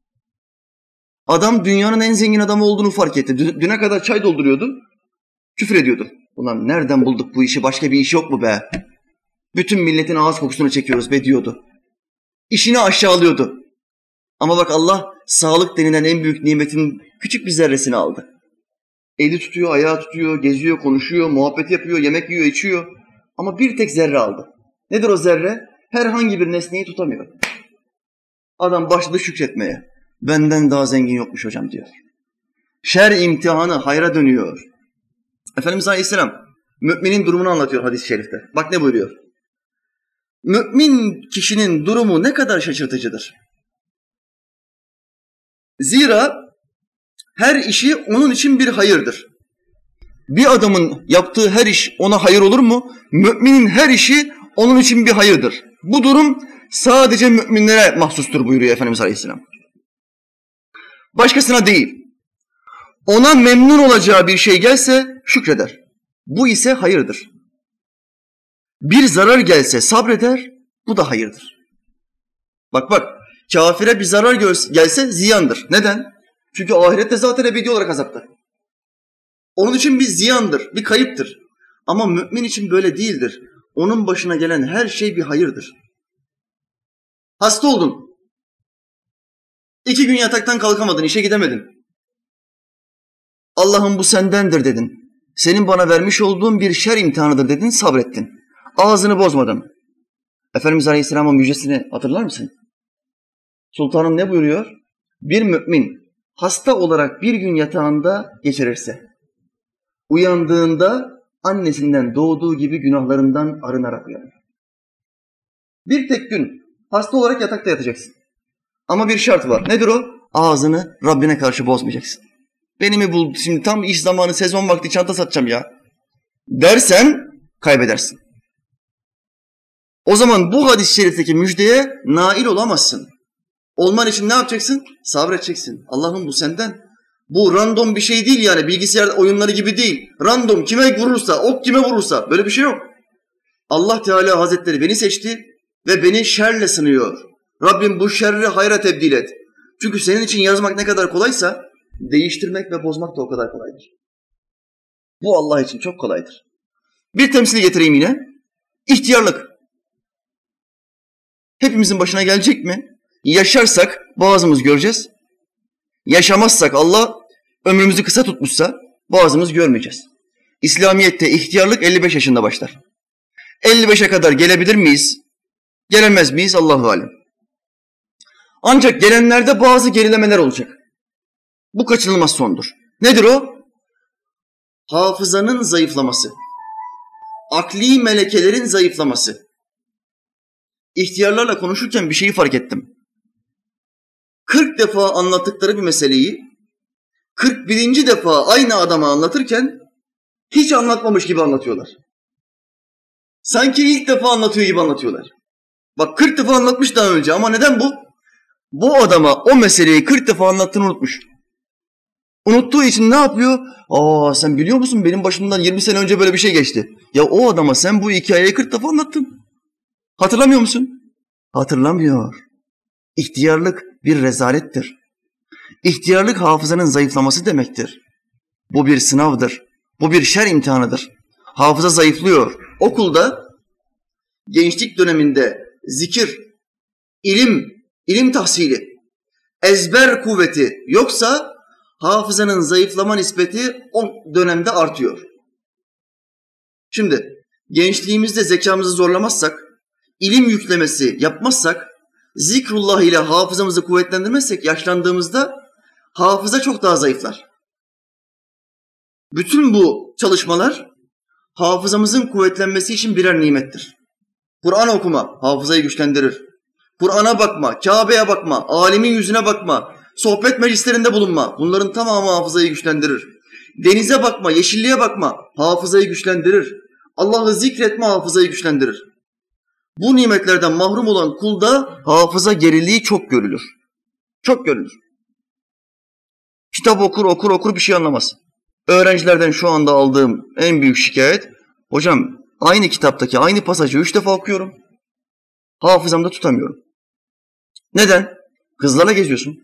Adam dünyanın en zengin adamı olduğunu fark etti. Düne kadar çay dolduruyordu, küfür ediyordu. Ulan nereden bulduk bu işi, başka bir iş yok mu be? Bütün milletin ağız kokusunu çekiyoruz be diyordu. İşini aşağılıyordu. Ama bak Allah sağlık denilen en büyük nimetin küçük bir zerresini aldı. Eli tutuyor, ayağı tutuyor, geziyor, konuşuyor, muhabbet yapıyor, yemek yiyor, içiyor. Ama bir tek zerre aldı. Nedir o zerre? Herhangi bir nesneyi tutamıyor. Adam başladı şükretmeye. Benden daha zengin yokmuş hocam diyor. Şer imtihanı hayra dönüyor. Efendimiz Aleyhisselam müminin durumunu anlatıyor hadis-i şerifte. Bak ne buyuruyor? Mümin kişinin durumu ne kadar şaşırtıcıdır. Zira her işi onun için bir hayırdır. Bir adamın yaptığı her iş ona hayır olur mu? Müminin her işi onun için bir hayırdır. Bu durum sadece müminlere mahsustur buyuruyor Efendimiz Aleyhisselam. Başkasına değil. Ona memnun olacağı bir şey gelse şükreder. Bu ise hayırdır. Bir zarar gelse sabreder, bu da hayırdır. Bak, kafire bir zarar gelse ziyandır. Neden? Çünkü ahirette zaten ebedi olarak azapta. Onun için bir ziyandır, bir kayıptır. Ama mümin için böyle değildir. Onun başına gelen her şey bir hayırdır. Hasta oldun. 2 gün yataktan kalkamadın, işe gidemedin. Allah'ım bu sendendir dedin. Senin bana vermiş olduğun bir şer imtihanıdır dedin, sabrettin. Ağzını bozmadın. Efendimiz Aleyhisselam'ın müjdesini hatırlar mısın? Sultanım ne buyuruyor? Bir mümin hasta olarak bir gün yatağında geçirirse, uyandığında annesinden doğduğu gibi günahlarından arınarak uyanır. Bir tek gün hasta olarak yatakta yatacaksın. Ama bir şart var. Nedir o? Ağzını Rabbine karşı bozmayacaksın. Beni mi buldu şimdi tam iş zamanı, sezon vakti çanta satacağım ya dersen kaybedersin. O zaman bu hadis-i şerifteki müjdeye nail olamazsın. Olman için ne yapacaksın? Sabredeceksin. Allah'ım bu senden. Bu random bir şey değil yani, bilgisayar oyunları gibi değil. Random kime vurursa, ok kime vurursa, böyle bir şey yok. Allah Teala Hazretleri beni seçti ve beni şerle sınıyor. Rabbim bu şerri hayra tebdil et. Çünkü senin için yazmak ne kadar kolaysa değiştirmek ve bozmak da o kadar kolaydır. Bu Allah için çok kolaydır. Bir temsili getireyim yine. İhtiyarlık. Hepimizin başına gelecek mi? Yaşarsak boğazımız göreceğiz. Yaşamazsak Allah ömrümüzü kısa tutmuşsa boğazımız görmeyeceğiz. İslamiyet'te ihtiyarlık 55 yaşında başlar. 55'e kadar gelebilir miyiz? Gelemez miyiz? Allahu alem. Ancak gelenlerde bazı gerilemeler olacak. Bu kaçınılmaz sondur. Nedir o? Hafızanın zayıflaması. Akli melekelerin zayıflaması. İhtiyarlarla konuşurken bir şeyi fark ettim. 40 defa anlattıkları bir meseleyi 41. defa aynı adama anlatırken hiç anlatmamış gibi anlatıyorlar. Sanki ilk defa anlatıyor gibi anlatıyorlar. Bak 40 defa anlatmış daha önce ama neden bu? Bu adama o meseleyi 40 defa anlattığını unutmuş. Unuttuğu için ne yapıyor? Sen biliyor musun benim başımdan 20 sene önce böyle bir şey geçti. Ya o adama sen bu hikayeyi 40 defa anlattın. Hatırlamıyor musun? Hatırlamıyor. İhtiyarlık bir rezalettir. İhtiyarlık hafızanın zayıflaması demektir. Bu bir sınavdır. Bu bir şer imtihanıdır. Hafıza zayıflıyor. Okulda, gençlik döneminde zikir, ilim tahsili, ezber kuvveti yoksa hafızanın zayıflama nispeti o dönemde artıyor. Şimdi gençliğimizde zekamızı zorlamazsak, ilim yüklemesi yapmazsak, zikrullah ile hafızamızı kuvvetlendirmezsek yaşlandığımızda hafıza çok daha zayıflar. Bütün bu çalışmalar hafızamızın kuvvetlenmesi için birer nimettir. Kur'an okuma hafızayı güçlendirir. Kur'an'a bakma, Kabe'ye bakma, alimin yüzüne bakma, sohbet meclislerinde bulunma. Bunların tamamı hafızayı güçlendirir. Denize bakma, yeşilliğe bakma, hafızayı güçlendirir. Allah'ı zikretme hafızayı güçlendirir. Bu nimetlerden mahrum olan kulda hafıza geriliği çok görülür. Çok görülür. Kitap okur bir şey anlamaz. Öğrencilerden şu anda aldığım en büyük şikayet, hocam aynı kitaptaki aynı pasajı 3 defa okuyorum. Hafızamda tutamıyorum. Neden? Kızlarla geziyorsun.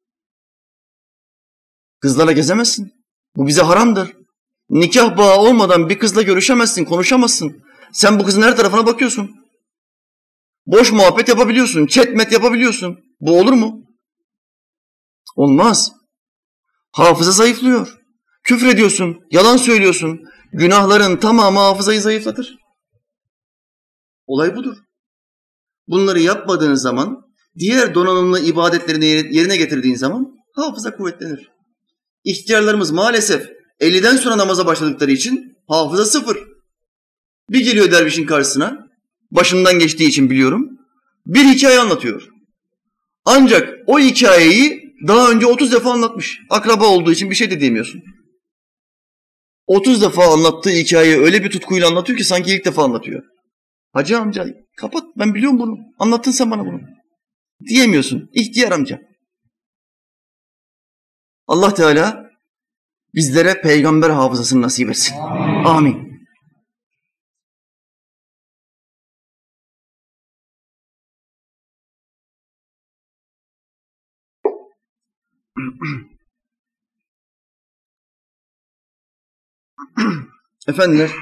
Kızlarla gezemezsin. Bu bize haramdır. Nikah bağı olmadan bir kızla görüşemezsin, konuşamazsın. Sen bu kızın her tarafına bakıyorsun. Boş muhabbet yapabiliyorsun, chatmet yapabiliyorsun. Bu olur mu? Olmaz. Hafıza zayıflıyor. Küfrediyorsun, yalan söylüyorsun. Günahların tamamı hafızayı zayıflatır. Olay budur. Bunları yapmadığın zaman, diğer donanımlı ibadetlerini yerine getirdiğin zaman hafıza kuvvetlenir. İhtiyarlarımız maalesef 50'den sonra namaza başladıkları için hafıza sıfır. Bir geliyor dervişin karşısına, başından geçtiği için biliyorum, bir hikaye anlatıyor. Ancak o hikayeyi daha önce 30 defa anlatmış. Akraba olduğu için bir şey de diyemiyorsun. 30 defa anlattığı hikayeyi öyle bir tutkuyla anlatıyor ki sanki ilk defa anlatıyor. Hacı amca kapat, ben biliyorum bunu. Anlattın sen bana bunu. Diyemiyorsun. İhtiyar amca. Allah Teala bizlere peygamber hafızasını nasip etsin. Amin. Amin. Efendiler,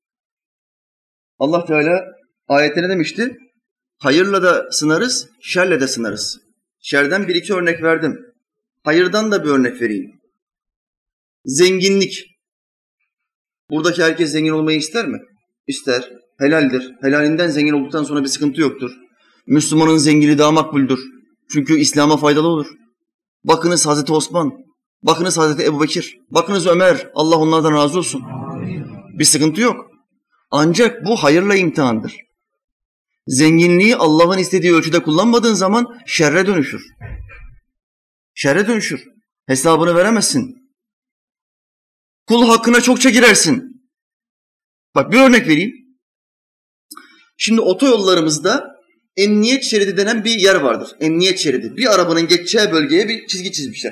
Allah Teala ayette ne demişti? Hayırla da sınarız, şerle de sınarız. Şerden bir iki örnek verdim. Hayırdan da bir örnek vereyim. Zenginlik. Buradaki herkes zengin olmayı ister mi? İster. Helaldir. Helalinden zengin olduktan sonra bir sıkıntı yoktur. Müslümanın zenginliği daha makbuldür. Çünkü İslam'a faydalı olur. Bakınız Hazreti Osman, bakınız Hazreti Ebubekir, bakınız Ömer, Allah onlardan razı olsun. Bir sıkıntı yok. Ancak bu hayırla imtihandır. Zenginliği Allah'ın istediği ölçüde kullanmadığın zaman şerre dönüşür. Şerre dönüşür. Hesabını veremezsin. Kul hakkına çokça girersin. Bak bir örnek vereyim. Şimdi otoyollarımızda emniyet şeridi denen bir yer vardır. Emniyet şeridi. Bir arabanın geçeceği bölgeye bir çizgi çizmişler.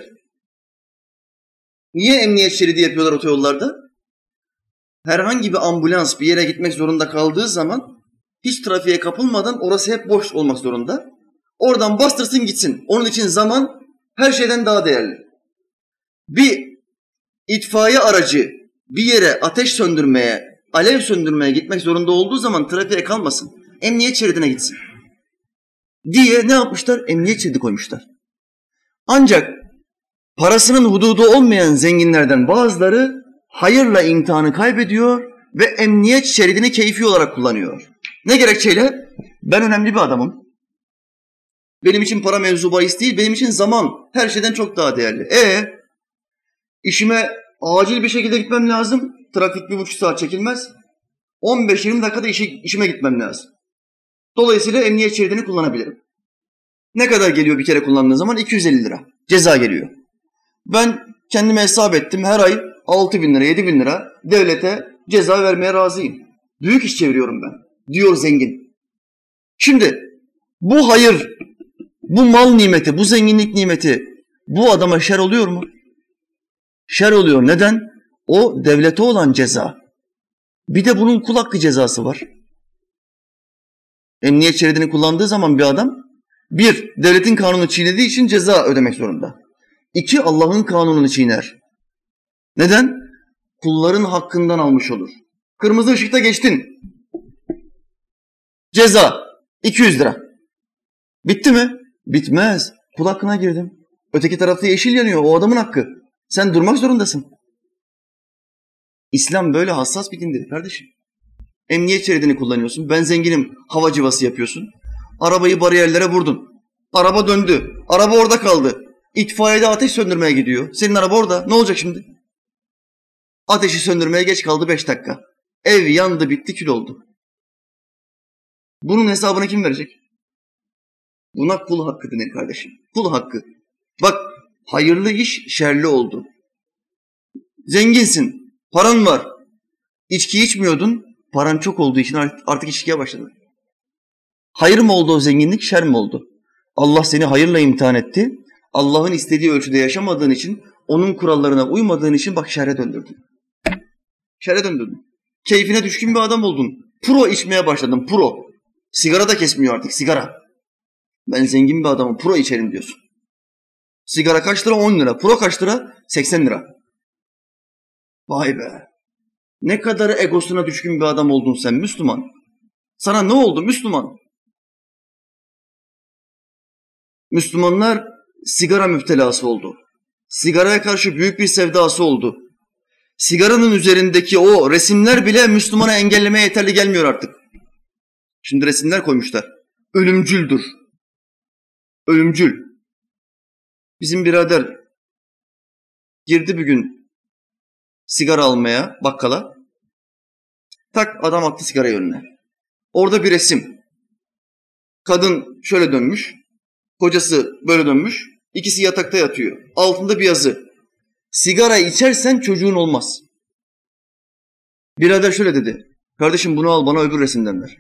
Niye emniyet şeridi yapıyorlar otoyollarda? Herhangi bir ambulans bir yere gitmek zorunda kaldığı zaman hiç trafiğe kapılmadan orası hep boş olmak zorunda. Oradan bastırsın gitsin. Onun için zaman her şeyden daha değerli. Bir itfaiye aracı bir yere ateş söndürmeye, alev söndürmeye gitmek zorunda olduğu zaman trafiğe kalmasın. Emniyet şeridine gitsin. diye ne yapmışlar? Emniyet şeridi koymuşlar. Ancak parasının hududu olmayan zenginlerden bazıları hayırla imtihanı kaybediyor ve emniyet şeridini keyfi olarak kullanıyor. Ne gerekçeyle? Ben önemli bir adamım. Benim için para mevzu bahis değil, benim için zaman her şeyden çok daha değerli. İşime acil bir şekilde gitmem lazım. Trafik 1,5 saat çekilmez. 15-20 dakikada işime gitmem lazım. Dolayısıyla emniyet şeridini kullanabilirim. Ne kadar geliyor bir kere kullandığın zaman? 250 lira. Ceza geliyor. Ben kendime hesap ettim. Her ay 6.000 lira, 7.000 lira devlete ceza vermeye razıyım. Büyük iş çeviriyorum ben, diyor zengin. Şimdi bu hayır, bu mal nimeti, bu zenginlik nimeti bu adama şer oluyor mu? Şer oluyor. Neden? O devlete olan ceza. Bir de bunun kul hakkı cezası var. Emniyet şeridini kullandığı zaman bir adam, bir, devletin kanunu çiğnediği için ceza ödemek zorunda. İki, Allah'ın kanununu çiğner. Neden? Kulların hakkından almış olur. Kırmızı ışıkta geçtin. Ceza 200 lira. Bitti mi? Bitmez. Kul hakkına girdim. Öteki tarafta yeşil yanıyor. O adamın hakkı. Sen durmak zorundasın. İslam böyle hassas bir dindir kardeşim. Emniyet şeridini kullanıyorsun. Ben zenginim. Hava cıvası yapıyorsun. Arabayı bariyerlere vurdun. Araba döndü. Araba orada kaldı. İtfaiyede ateş söndürmeye gidiyor. Senin araba orada. Ne olacak şimdi? Ateşi söndürmeye geç kaldı 5 dakika. Ev yandı, bitti, kül oldu. Bunun hesabını kim verecek? Buna kul hakkı denir kardeşim. Kul hakkı. Bak, hayırlı iş şerli oldu. Zenginsin, paran var. İçki içmiyordun, paran çok olduğu için artık içkiye başladın. Hayır mı oldu o zenginlik, şer mi oldu? Allah seni hayırla imtihan etti. Allah'ın istediği ölçüde yaşamadığın için, onun kurallarına uymadığın için bak şerre döndürdün. Şerre döndürdün. Keyfine düşkün bir adam oldun. Pro içmeye başladın, pro. Sigara da kesmiyor artık, sigara. Ben zengin bir adamım, pro içerim diyorsun. Sigara kaç lira? 10 lira. Pro kaç lira? 80 lira. Vay be. Ne kadar egosuna düşkün bir adam oldun sen Müslüman. Sana ne oldu Müslüman? Müslümanlar sigara müptelası oldu. Sigaraya karşı büyük bir sevdası oldu. Sigaranın üzerindeki o resimler bile Müslümana engellemeye yeterli gelmiyor artık. Şimdi resimler koymuşlar. Ölümcüldür. Ölümcül. Bizim birader girdi bir gün sigara almaya bakkala. Tak adam attı sigarayı önüne. Orada bir resim. Kadın şöyle dönmüş. Kocası böyle dönmüş. İkisi yatakta yatıyor. Altında bir yazı. Sigara içersen çocuğun olmaz. Birader şöyle dedi. Kardeşim bunu al bana öbür resimden ver.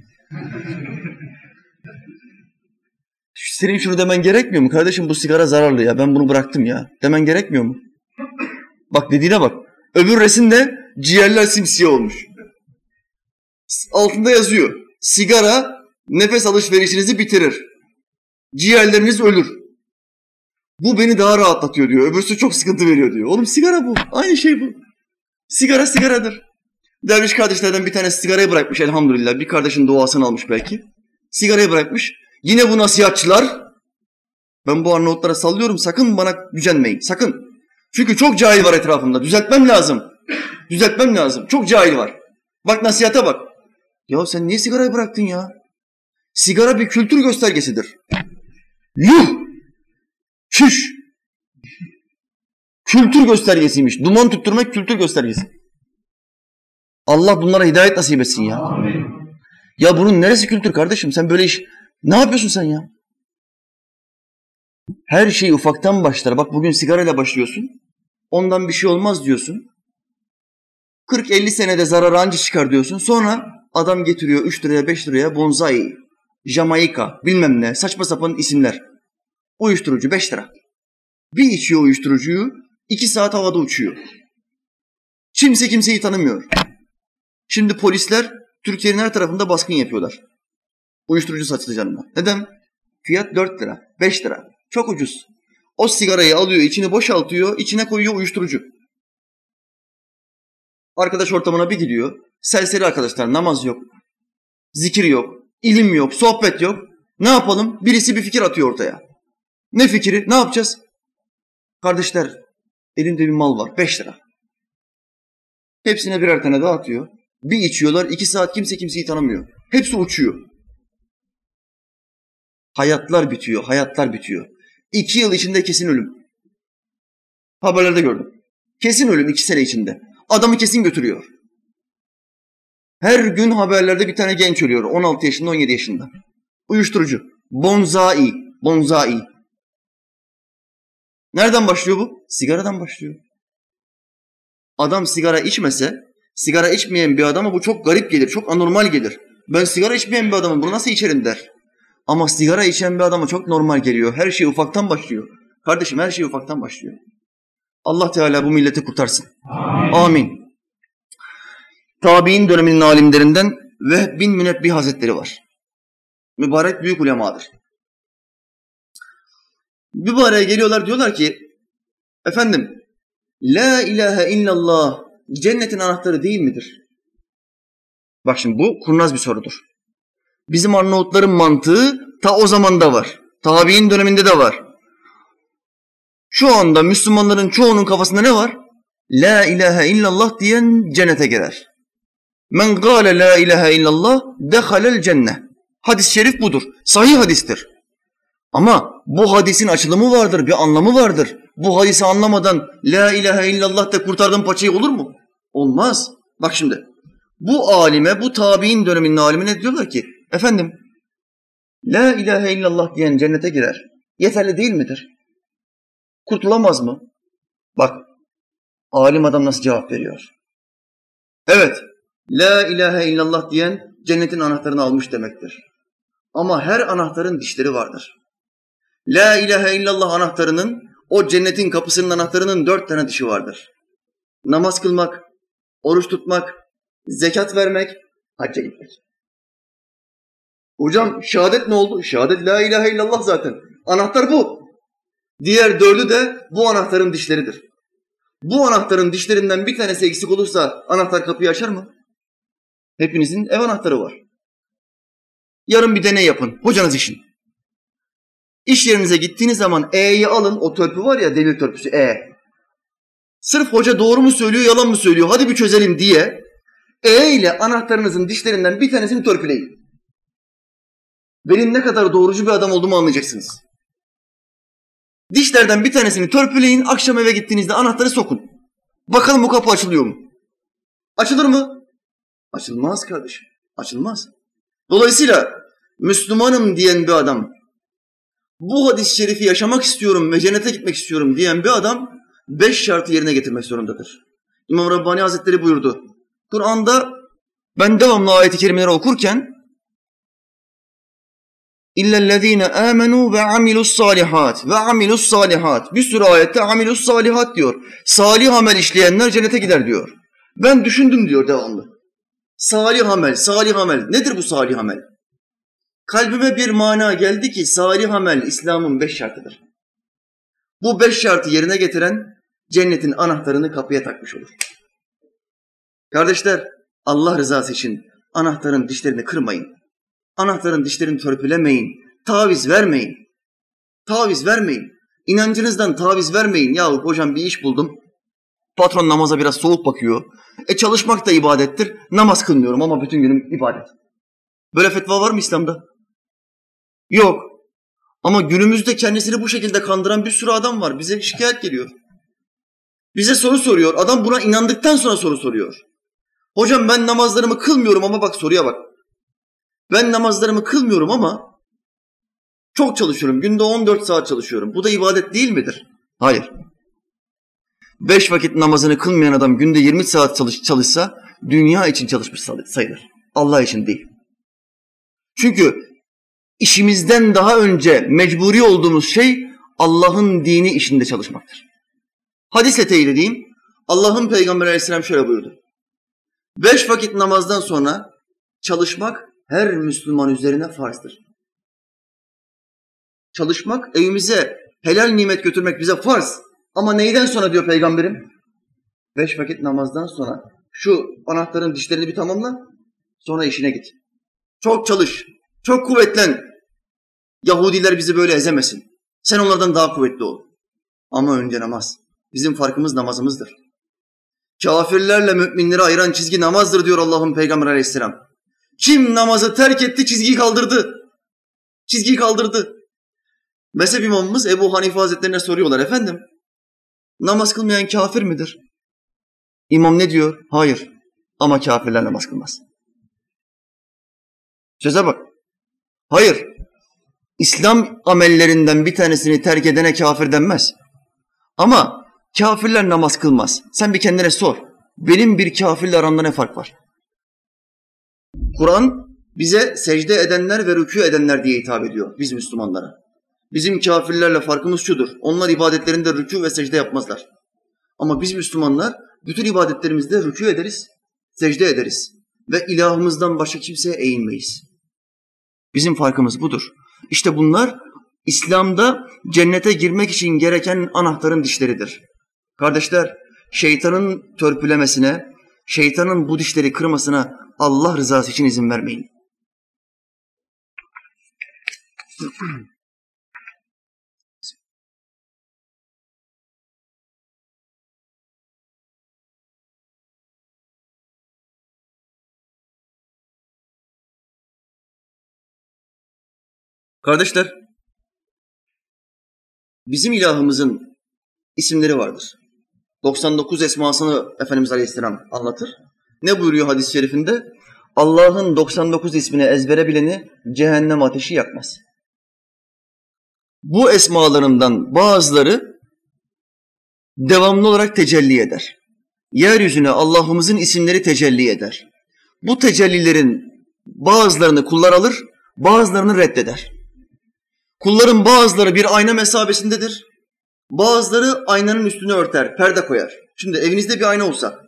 Senin şunu demen gerekmiyor mu? Kardeşim bu sigara zararlı ya. Ben bunu bıraktım ya. Demen gerekmiyor mu? Bak dediğine bak. Öbür resimde ciğerler simsiyah olmuş. Altında yazıyor. Sigara nefes alışverişinizi bitirir. Ciğerleriniz ölür. Bu beni daha rahatlatıyor diyor. Öbürsü çok sıkıntı veriyor diyor. Oğlum sigara bu. Aynı şey bu. Sigara sigaradır. Derviş kardeşlerden bir tanesi sigarayı bırakmış elhamdülillah. Bir kardeşin duasını almış belki. Sigarayı bırakmış. Yine bu nasihatçılar. Ben bu Arnavutlara sallıyorum. Sakın bana gücenmeyin. Sakın. Çünkü çok cahil var etrafımda. Düzeltmem lazım. Düzeltmem lazım. Çok cahil var. Bak nasihate bak. Ya sen niye sigarayı bıraktın ya? Sigara bir kültür göstergesidir. Yuh! Şüş! Kültür göstergesiymiş. Duman tutturmak kültür göstergesi. Allah bunlara hidayet nasip etsin ya. Amin. Ya bunun neresi kültür kardeşim? Sen böyle iş... Ne yapıyorsun sen ya? Her şey ufaktan başlar. Bak bugün sigarayla başlıyorsun. Ondan bir şey olmaz diyorsun. 40-50 senede zararı anca çıkar diyorsun. Sonra adam getiriyor 3 liraya 5 liraya bonsai, Jamaika, bilmem ne saçma sapan isimler. Uyuşturucu 5 lira. Bir içiyor uyuşturucuyu 2 saat havada uçuyor. Kimse kimseyi tanımıyor. Şimdi polisler Türkiye'nin her tarafında baskın yapıyorlar. Uyuşturucu satılacağına. Neden? Fiyat 4 lira, 5 lira. Çok ucuz. O sigarayı alıyor, içini boşaltıyor, içine koyuyor uyuşturucu. Arkadaş ortamına bir gidiyor. Serseri arkadaşlar, namaz yok, zikir yok, ilim yok, sohbet yok. Ne yapalım? Birisi bir fikir atıyor ortaya. Ne fikri? Ne yapacağız? Kardeşler, elimde bir mal var, 5 lira. Hepsine birer tane dağıtıyor. Bir içiyorlar, 2 saat kimse kimseyi tanımıyor. Hepsi uçuyor. Hayatlar bitiyor, hayatlar bitiyor. 2 yıl içinde kesin ölüm. Haberlerde gördüm. Kesin ölüm 2 sene içinde. Adamı kesin götürüyor. Her gün haberlerde bir tane genç ölüyor. 16 yaşında, 17 yaşında. Uyuşturucu. Bonzai. Bonzai. Nereden başlıyor bu? Sigaradan başlıyor. Adam sigara içmese, sigara içmeyen bir adama bu çok garip gelir, çok anormal gelir. Ben sigara içmeyen bir adamım, bunu nasıl içerim der. Ama sigara içen bir adama çok normal geliyor. Her şey ufaktan başlıyor. Kardeşim, her şey ufaktan başlıyor. Allah Teala bu milleti kurtarsın. Amin. Tabi'in döneminin alimlerinden Vehb bin Münebbih Hazretleri var. Mübarek büyük ulemadır. Bir araya geliyorlar, diyorlar ki, efendim, La ilahe illallah cennetin anahtarı değil midir? Bak şimdi bu kurnaz bir sorudur. Bizim Arnavutların mantığı ta o zamanda var. Tabi'in döneminde de var. Şu anda Müslümanların çoğunun kafasında ne var? La ilahe illallah diyen cennete girer. Men gâle la ilahe illallah dehalel cenne. Hadis-i şerif budur. Sahih hadistir. Ama bu hadisin açılımı vardır, bir anlamı vardır. Bu hadisi anlamadan la ilahe illallah de kurtardım paçayı olur mu? Olmaz. Bak şimdi, bu alime, bu tabi'in döneminin alimine diyorlar ki, efendim, la ilahe illallah diyen cennete girer. Yeterli değil midir? Kurtulamaz mı? Bak, alim adam nasıl cevap veriyor. Evet, la ilahe illallah diyen cennetin anahtarını almış demektir. Ama her anahtarın dişleri vardır. La ilahe illallah anahtarının, o cennetin kapısının anahtarının 4 tane dişi vardır. Namaz kılmak, oruç tutmak, zekat vermek, hacca gitmek. Hocam şehadet ne oldu? Şehadet la ilahe illallah zaten. Anahtar bu. Diğer 4'ü de bu anahtarın dişleridir. Bu anahtarın dişlerinden bir tanesi eksik olursa anahtar kapıyı açar mı? Hepinizin ev anahtarı var. Yarın bir deney yapın. Hocanız için. İş yerinize gittiğiniz zaman E'yi alın. O törpü var ya, demir törpüsü E. Sırf hoca doğru mu söylüyor, yalan mı söylüyor? Hadi bir çözelim diye E ile anahtarınızın dişlerinden bir tanesini törpüleyin. Benim ne kadar doğrucu bir adam olduğumu anlayacaksınız. Dişlerden bir tanesini törpüleyin, akşam eve gittiğinizde anahtarı sokun. Bakalım bu kapı açılıyor mu? Açılır mı? Açılmaz kardeşim, açılmaz. Dolayısıyla Müslümanım diyen bir adam, bu hadis-i şerifi yaşamak istiyorum ve cennete gitmek istiyorum diyen bir adam 5 şartı yerine getirmek zorundadır. İmam Rabbani Hazretleri buyurdu. Kur'an'da ben devamlı ayet-i kerimeleri okurken İllellezîne âmenû ve amilus salihat. Bir sürü ayette amilus salihat diyor. Salih amel işleyenler cennete gider diyor. Ben düşündüm diyor devamlı. Salih amel, salih amel. Nedir bu salih amel? Kalbime bir mana geldi ki salih amel İslam'ın 5 şartıdır. Bu 5 şartı yerine getiren cennetin anahtarını kapıya takmış olur. Kardeşler, Allah rızası için anahtarın dişlerini kırmayın. Anahtarın dişlerini törpülemeyin. Taviz vermeyin. Taviz vermeyin. İnancınızdan taviz vermeyin. Yahu hocam bir iş buldum. Patron namaza biraz soğuk bakıyor. Çalışmak da ibadettir. Namaz kılmıyorum ama bütün günüm ibadet. Böyle fetva var mı İslam'da? Yok. Ama günümüzde kendisini bu şekilde kandıran bir sürü adam var. Bize şikayet geliyor. Bize soru soruyor. Adam buna inandıktan sonra soru soruyor. Hocam ben namazlarımı kılmıyorum ama bak soruya bak. Ben namazlarımı kılmıyorum ama çok çalışıyorum. Günde 14 saat çalışıyorum. Bu da ibadet değil midir? Hayır. 5 vakit namazını kılmayan adam günde 20 saat çalışsa dünya için çalışmış sayılır. Allah için değil. Çünkü işimizden daha önce mecburi olduğumuz şey Allah'ın dini işinde çalışmaktır. Hadisle teyit edeyim. Allah'ın Peygamberi Aleyhisselam şöyle buyurdu. 5 vakit namazdan sonra çalışmak her Müslüman üzerine farzdır. Çalışmak, evimize helal nimet götürmek bize farz. Ama neyden sonra diyor Peygamberim? 5 vakit namazdan sonra şu anahtarın dişlerini bir tamamla, sonra işine git. Çok çalış, çok kuvvetlen. Yahudiler bizi böyle ezemesin. Sen onlardan daha kuvvetli ol. Ama önce namaz. Bizim farkımız namazımızdır. Kafirlerle müminleri ayıran çizgi namazdır diyor Allah'ın Peygamber Aleyhisselam. Kim namazı terk etti, çizgiyi kaldırdı. Çizgiyi kaldırdı. Mezhep imamımız Ebu Hanife Hazretlerine soruyorlar, efendim namaz kılmayan kafir midir? İmam ne diyor? Hayır. Ama kafirler namaz kılmaz. Söze bak. Hayır. İslam amellerinden bir tanesini terk edene kafir denmez. Ama kafirler namaz kılmaz. Sen bir kendine sor. Benim bir kafirle aramda ne fark var? Kur'an bize secde edenler ve rükû edenler diye hitap ediyor biz Müslümanlara. Bizim kafirlerle farkımız şudur. Onlar ibadetlerinde rükû ve secde yapmazlar. Ama biz Müslümanlar bütün ibadetlerimizde rükû ederiz, secde ederiz. Ve ilahımızdan başka kimseye eğilmeyiz. Bizim farkımız budur. İşte bunlar İslam'da cennete girmek için gereken anahtarın dişleridir. Kardeşler, şeytanın törpülemesine, şeytanın bu dişleri kırmasına Allah rızası için izin vermeyin. Kardeşler, bizim ilahımızın isimleri vardır. 99 esmasını Efendimiz Aleyhisselam anlatır. Ne buyuruyor hadis-i şerifinde? Allah'ın 99 ismini ezbere bileni cehennem ateşi yakmaz. Bu esmalarından bazıları devamlı olarak tecelli eder. Yeryüzüne Allah'ımızın isimleri tecelli eder. Bu tecellilerin bazılarını kullar alır, bazılarını reddeder. Kulların bazıları bir ayna mesabesindedir. Bazıları aynanın üstüne örter, perde koyar. Şimdi evinizde bir ayna olsa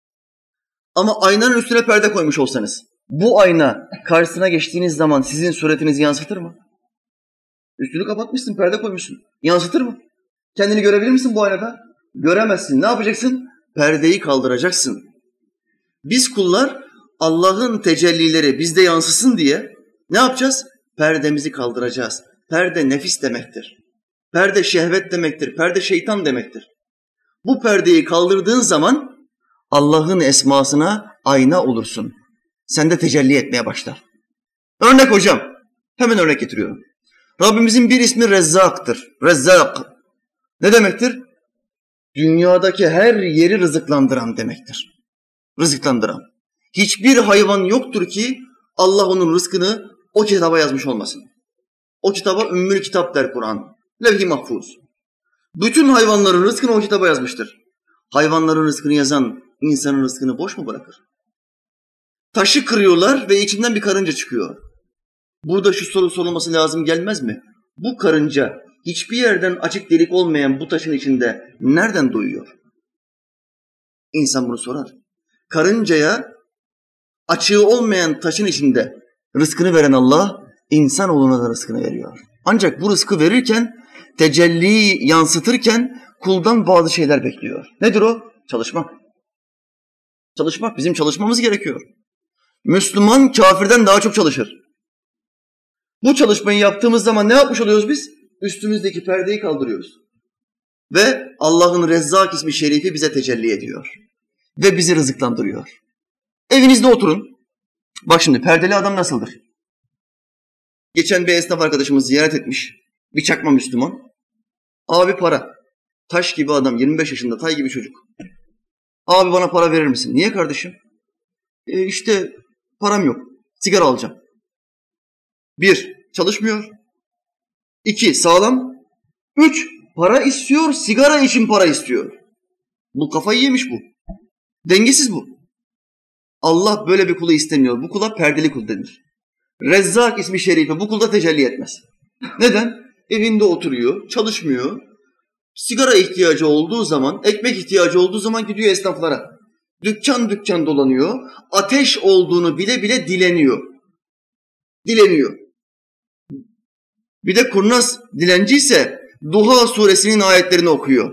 ama aynanın üstüne perde koymuş olsanız, bu ayna karşısına geçtiğiniz zaman sizin suretinizi yansıtır mı? Üstünü kapatmışsın, perde koymuşsun. Yansıtır mı? Kendini görebilir misin bu aynada? Göremezsin. Ne yapacaksın? Perdeyi kaldıracaksın. Biz kullar Allah'ın tecellileri bizde yansısın diye ne yapacağız? Perdemizi kaldıracağız. Perde nefis demektir. Perde şehvet demektir. Perde şeytan demektir. Bu perdeyi kaldırdığın zaman Allah'ın esmasına ayna olursun. Sende tecelli etmeye başlar. Örnek hocam. Hemen örnek getiriyorum. Rabbimizin bir ismi Rezzak'tır. Rezzak. Ne demektir? Dünyadaki her yeri rızıklandıran demektir. Rızıklandıran. Hiçbir hayvan yoktur ki Allah onun rızkını o kitaba yazmış olmasın. O kitaba Ümmül Kitap der Kur'an. Levh-i Mahfuz. Bütün hayvanların rızkını o kitaba yazmıştır. Hayvanların rızkını yazan insanın rızkını boş mu bırakır? Taşı kırıyorlar ve içinden bir karınca çıkıyor. Burada şu soru sorulması lazım gelmez mi? Bu karınca hiçbir yerden açık delik olmayan bu taşın içinde nereden doyuyor? İnsan bunu sorar. Karıncaya açığı olmayan taşın içinde rızkını veren Allah, insanoğluna da rızkını veriyor. Ancak bu rızkı verirken, tecelli yansıtırken kuldan bazı şeyler bekliyor. Nedir o? Çalışmak. Çalışmak. Bizim çalışmamız gerekiyor. Müslüman kafirden daha çok çalışır. Bu çalışmayı yaptığımız zaman ne yapmış oluyoruz biz? Üstümüzdeki perdeyi kaldırıyoruz. Ve Allah'ın Rezzak ismi şerifi bize tecelli ediyor. Ve bizi rızıklandırıyor. Evinizde oturun. Bak şimdi perdeli adam nasıldır? Geçen bir esnaf arkadaşımız ziyaret etmiş. Bir çakma Müslüman. Abi para. Taş gibi adam, 25 yaşında, tay gibi çocuk. Abi bana para verir misin? Niye kardeşim? İşte param yok. Sigara alacağım. 1. Çalışmıyor. 2. Sağlam. 3. Para istiyor, sigara için para istiyor. Bu kafayı yemiş bu. Dengesiz bu. Allah böyle bir kulu istemiyor. Bu kula perdeli kul denir. Rezzak ismi şerifi bu kulda tecelli etmez. Neden? Evinde oturuyor, çalışmıyor. Sigara ihtiyacı olduğu zaman, ekmek ihtiyacı olduğu zaman gidiyor esnaflara. Dükkan dükkan dolanıyor. Ateş olduğunu bile bile dileniyor. Dileniyor. Bir de kurnaz dilenciyse Duha suresinin ayetlerini okuyor.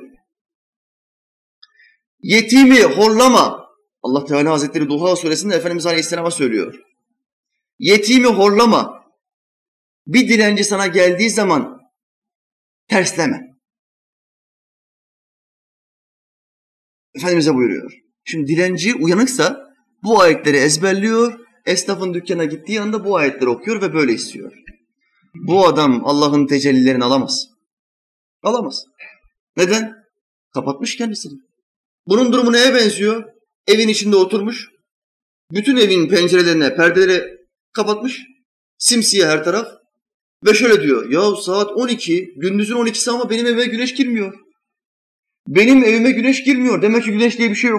Yetimi horlama. Allah Teala Hazretleri Duha suresinde Efendimiz Aleyhisselam'a söylüyor. Yetimi horlama. Bir dilenci sana geldiği zaman tersleme. Efendimiz'e buyuruyor. Şimdi dilenci uyanıksa bu ayetleri ezberliyor, esnafın dükkana gittiği anda bu ayetleri okuyor ve böyle istiyor. Bu adam Allah'ın tecellilerini alamaz. Alamaz. Neden? Kapatmış kendisini. Bunun durumu neye benziyor? Evin içinde oturmuş, bütün evin pencerelerine, perdeleri kapatmış, simsiyah her taraf ve şöyle diyor, ya saat 12, gündüzün 12'si ama benim evime güneş girmiyor. Benim evime güneş girmiyor. Demek ki güneş diye bir şey yok.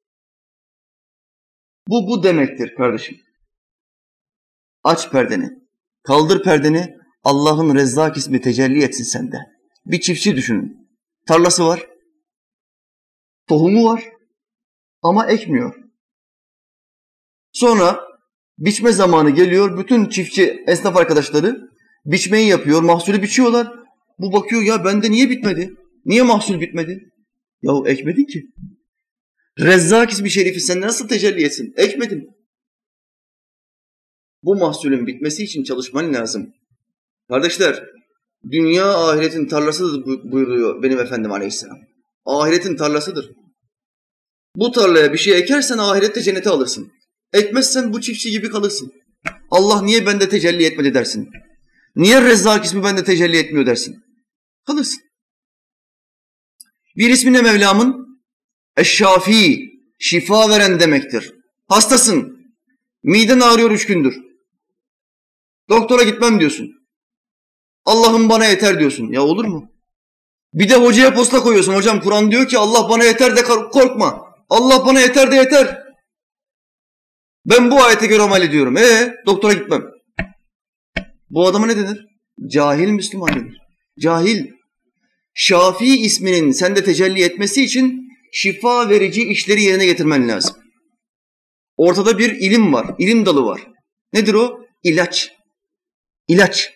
Bu demektir kardeşim. Aç perdeni, kaldır perdeni, Allah'ın Rezzak ismi tecelli etsin sende. Bir çiftçi düşünün. Tarlası var, tohumu var ama ekmiyor. Sonra biçme zamanı geliyor, bütün çiftçi esnaf arkadaşları biçmeyi yapıyor, mahsulü biçiyorlar. Bu bakıyor, ya bende niye bitmedi? Niye mahsul bitmedi? Yahu ekmedin ki. Rezzak ismi şerifi sen nasıl tecelli etsin? Ekmedin. Bu mahsulün bitmesi için çalışman lazım. Kardeşler, dünya ahiretin tarlasıdır buyuruyor benim Efendim Aleyhisselam. Ahiretin tarlasıdır. Bu tarlaya bir şey ekersen ahirette cennete alırsın. Ekmezsen bu çiftçi gibi kalırsın. Allah niye bende tecelli etmedi dersin. Niye Rezzak ismi bende tecelli etmiyor dersin. Kalırsın. Bir ismi ne Mevlam'ın? Eşşafi, şifa veren demektir. Hastasın, miden ağrıyor 3 gündür. Doktora gitmem diyorsun. Allah'ım bana yeter diyorsun. Ya olur mu? Bir de hocaya posta koyuyorsun. Hocam Kur'an diyor ki Allah bana yeter de korkma. Allah bana yeter de yeter. Ben bu ayete göre amel ediyorum. Doktora gitmem. Bu adama ne denir? Cahil Müslüman denir. Cahil. Şafi isminin sende tecelli etmesi için şifa verici işleri yerine getirmen lazım. Ortada bir ilim var, ilim dalı var. Nedir o? İlaç. İlaç.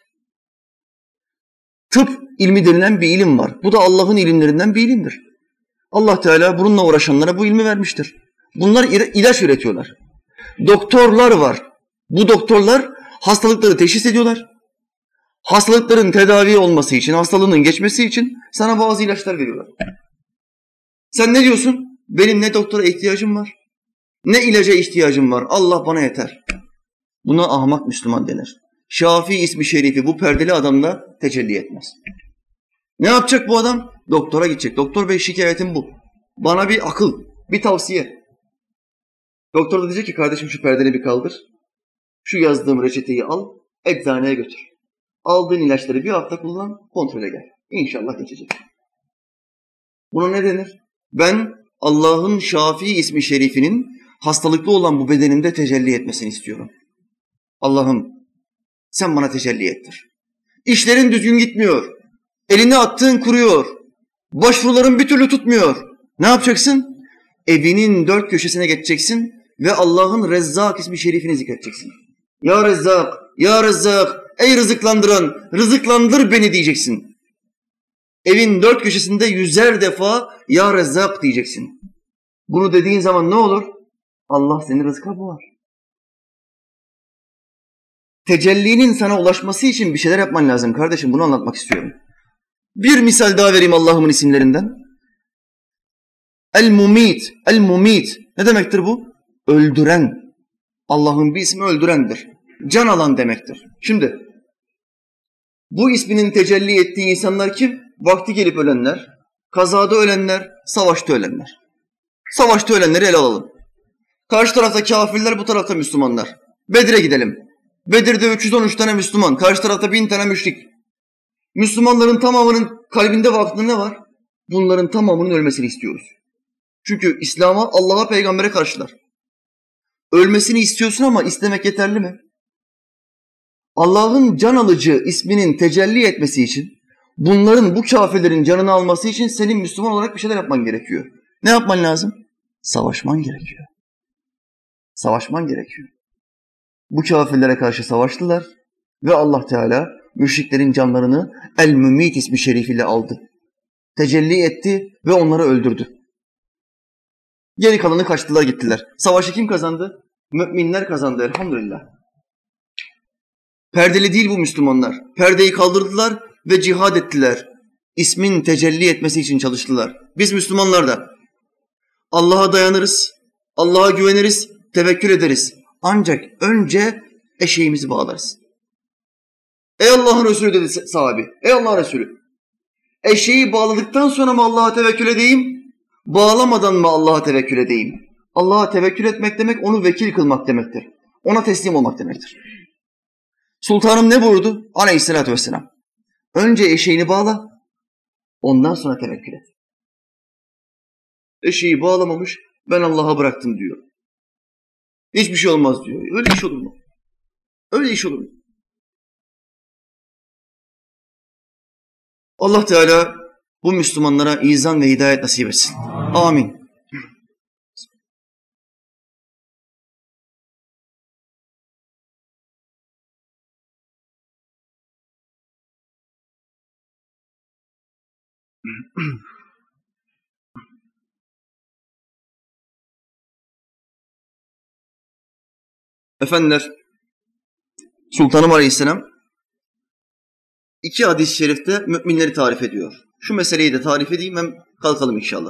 Tıp ilmi denilen bir ilim var. Bu da Allah'ın ilimlerinden bir ilimdir. Allah Teala bununla uğraşanlara bu ilmi vermiştir. Bunlar ilaç üretiyorlar. Doktorlar var. Bu doktorlar hastalıkları teşhis ediyorlar. Hastalıkların tedavi olması için, hastalığının geçmesi için sana bazı ilaçlar veriyorlar. Sen ne diyorsun? Benim ne doktora ihtiyacım var, ne ilaca ihtiyacım var. Allah bana yeter. Buna ahmak Müslüman denir. Şafii ismi şerifi bu perdeli adamla tecelli etmez. Ne yapacak bu adam? Doktora gidecek. Doktor bey şikayetim bu. Bana bir akıl, bir tavsiye. Doktor da diyecek ki kardeşim şu perdeni bir kaldır. Şu yazdığım reçeteyi al, eczaneye götür. Aldığın ilaçları bir hafta kullan, kontrole gel. İnşallah geçecek. Buna ne denir? Ben Allah'ın Şafii ismi şerifinin hastalıklı olan bu bedenimde tecelli etmesini istiyorum. Allah'ım sen bana tecelli ettir. İşlerin düzgün gitmiyor. Eline attığın kuruyor. Başvuruların bir türlü tutmuyor. Ne yapacaksın? Evinin 4 köşesine geçeceksin ve Allah'ın Rezzak ismi şerifini zikredeceksin. Ya Rezzak, Ya Rezzak, ey rızıklandıran, rızıklandır beni diyeceksin. Evin 4 köşesinde 100'er defa Ya Rezzak diyeceksin. Bunu dediğin zaman ne olur? Allah seni rızka boğar. Tecellinin sana ulaşması için bir şeyler yapman lazım kardeşim. Bunu anlatmak istiyorum. Bir misal daha vereyim Allah'ımın isimlerinden. El-Mumit, El-Mumit. Ne demektir bu? Öldüren. Allah'ın bir ismi öldürendir. Can alan demektir. Şimdi bu isminin tecelli ettiği insanlar kim? Vakti gelip ölenler, kazada ölenler, savaşta ölenler. Savaşta ölenleri ele alalım. Karşı tarafta kafirler, bu tarafta Müslümanlar. Bedir'e gidelim. Bedir'de 313 tane Müslüman, karşı tarafta 1000 tane müşrik. Müslümanların tamamının kalbinde ve aklında ne var? Bunların tamamının ölmesini istiyoruz. Çünkü İslam'a, Allah'a, peygambere karşılar. Ölmesini istiyorsun ama istemek yeterli mi? Allah'ın can alıcı isminin tecelli etmesi için, bunların, bu kafirlerin canını alması için senin Müslüman olarak bir şeyler yapman gerekiyor. Ne yapman lazım? Savaşman gerekiyor. Savaşman gerekiyor. Bu kafirlere karşı savaştılar ve Allah Teala müşriklerin canlarını El-Mümit ismi şerifiyle aldı. Tecelli etti ve onları öldürdü. Geri kalanı kaçtılar gittiler. Savaşı kim kazandı? Müminler kazandı elhamdülillah. Perdeli değil bu Müslümanlar. Perdeyi kaldırdılar ve cihad ettiler. İsmin tecelli etmesi için çalıştılar. Biz Müslümanlar da Allah'a dayanırız, Allah'a güveniriz, tevekkül ederiz. Ancak önce eşeğimizi bağlarız. Ey Allah'ın Resulü dedi sahabi. Ey Allah'ın Resulü. Eşeği bağladıktan sonra mı Allah'a tevekkül edeyim? Bağlamadan mı Allah'a tevekkül edeyim? Allah'a tevekkül etmek demek onu vekil kılmak demektir. Ona teslim olmak demektir. Sultanım ne buyurdu? Aleyhissalatü vesselam. Önce eşeğini bağla, ondan sonra tevekkül et. Eşeği bağlamamış, ben Allah'a bıraktım diyor. Hiçbir şey olmaz diyor. Öyle iş olur mu? Öyle iş olur mu? Allah Teala bu Müslümanlara izan ve hidayet nasip etsin. Amin. Efendiler, Sultanım Aleyhisselam iki hadis-i şerifte müminleri tarif ediyor. Şu meseleyi de tarif edeyim, hem kalkalım inşallah.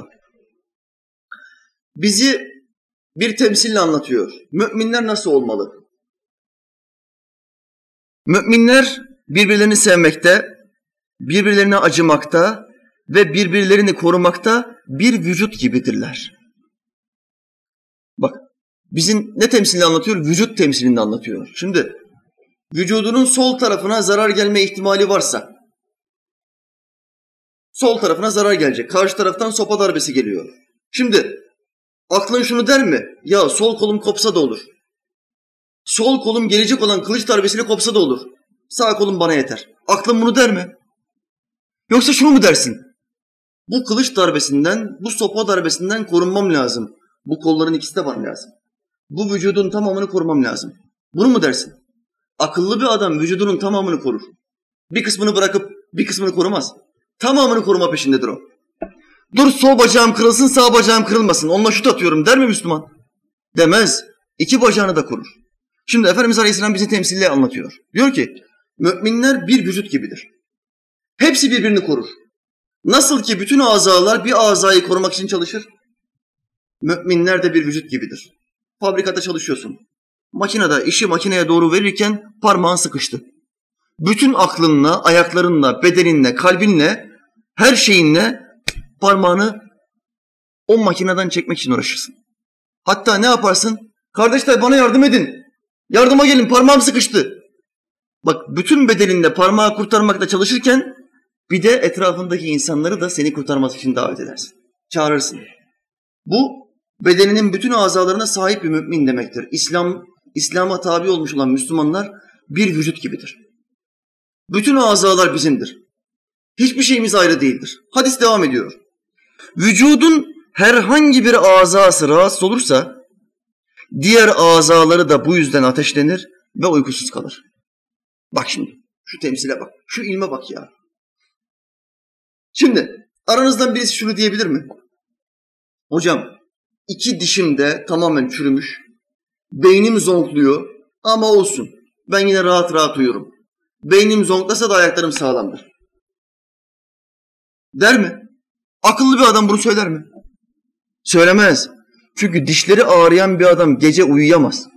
Bizi bir temsille anlatıyor. Müminler nasıl olmalı? Müminler birbirlerini sevmekte, birbirlerine acımakta ve birbirlerini korumakta bir vücut gibidirler. Bak, bizim ne temsilini anlatıyor? Vücut temsilini anlatıyor. Şimdi vücudunun sol tarafına zarar gelme ihtimali varsa, sol tarafına zarar gelecek. Karşı taraftan sopa darbesi geliyor. Şimdi aklın şunu der mi? Ya sol kolum kopsa da olur. Sol kolum gelecek olan kılıç darbesiyle kopsa da olur. Sağ kolum bana yeter. Aklın bunu der mi? Yoksa şunu mu dersin? Bu kılıç darbesinden, bu sopa darbesinden korunmam lazım. Bu kolların ikisi de bana lazım. Bu vücudun tamamını korumam lazım. Bunu mu dersin? Akıllı bir adam vücudunun tamamını korur. Bir kısmını bırakıp bir kısmını korumaz. Tamamını koruma peşindedir o. Dur sol bacağım kırılsın, sağ bacağım kırılmasın. Onunla şut atıyorum der mi Müslüman? Demez. İki bacağını da korur. Şimdi Efendimiz Aleyhisselam bizi temsille anlatıyor. Diyor ki, müminler bir vücut gibidir. Hepsi birbirini korur. Nasıl ki bütün azalar bir azayı korumak için çalışır, müminler de bir vücut gibidir. Fabrikada çalışıyorsun. Makinede işi makineye doğru verirken parmağın sıkıştı. Bütün aklınla, ayaklarınla, bedeninle, kalbinle, her şeyinle parmağını o makineden çekmek için uğraşırsın. Hatta ne yaparsın? Kardeşler bana yardım edin. Yardıma gelin, parmağım sıkıştı. Bak, bütün bedeninle parmağı kurtarmakla çalışırken bir de etrafındaki insanları da seni kurtarması için davet edersin. Çağırırsın. Bu bedeninin bütün azalarına sahip bir mümin demektir. İslam'a tabi olmuş olan Müslümanlar bir vücut gibidir. Bütün azalar bizimdir. Hiçbir şeyimiz ayrı değildir. Hadis devam ediyor. Vücudun herhangi bir azası rahatsız olursa diğer azaları da bu yüzden ateşlenir ve uykusuz kalır. Bak şimdi, şu temsile bak, şu ilme bak ya. Şimdi aranızdan birisi şunu diyebilir mi? Hocam, iki dişim de tamamen çürümüş, beynim zonkluyor ama olsun, ben yine rahat rahat uyurum. Beynim zonklasa da ayaklarım sağlamdır. Der mi? Akıllı bir adam bunu söyler mi? Söylemez. Çünkü dişleri ağrıyan bir adam gece uyuyamaz.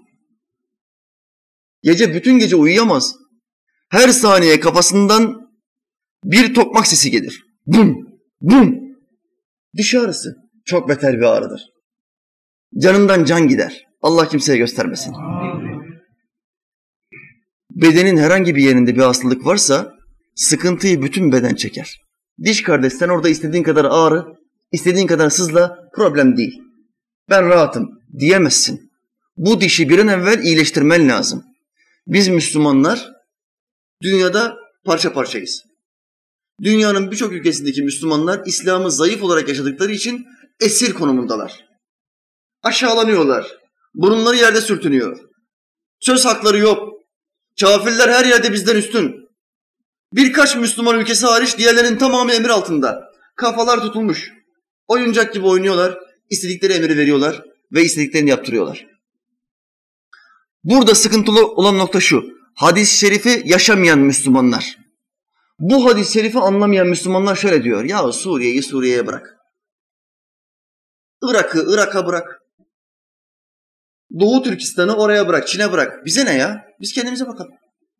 Bütün gece uyuyamaz. Her saniye kafasından bir tokmak sesi gelir. Bum, bum. Diş ağrısı çok beter bir ağrıdır. Canından can gider. Allah kimseye göstermesin. Bedenin herhangi bir yerinde bir hastalık varsa sıkıntıyı bütün beden çeker. Diş kardeş, sen orada istediğin kadar ağrı, istediğin kadar sızla, problem değil. Ben rahatım diyemezsin. Bu dişi bir an evvel iyileştirmen lazım. Biz Müslümanlar dünyada parça parçayız. Dünyanın birçok ülkesindeki Müslümanlar İslam'ı zayıf olarak yaşadıkları için esir konumundalar. Aşağılanıyorlar. Burunları yerde sürtünüyor. Söz hakları yok. Kafirler her yerde bizden üstün. Birkaç Müslüman ülkesi hariç diğerlerinin tamamı emir altında. Kafalar tutulmuş. Oyuncak gibi oynuyorlar. İstedikleri emri veriyorlar ve istediklerini yaptırıyorlar. Burada sıkıntılı olan nokta şu. Hadis-i şerifi yaşamayan Müslümanlar. Bu hadis-i şerifi anlamayan Müslümanlar şöyle diyor. Ya Suriye'yi Suriye'ye bırak. Irak'ı Irak'a bırak. Doğu Türkistan'ı oraya bırak, Çin'e bırak. Bize ne ya? Biz kendimize bakalım.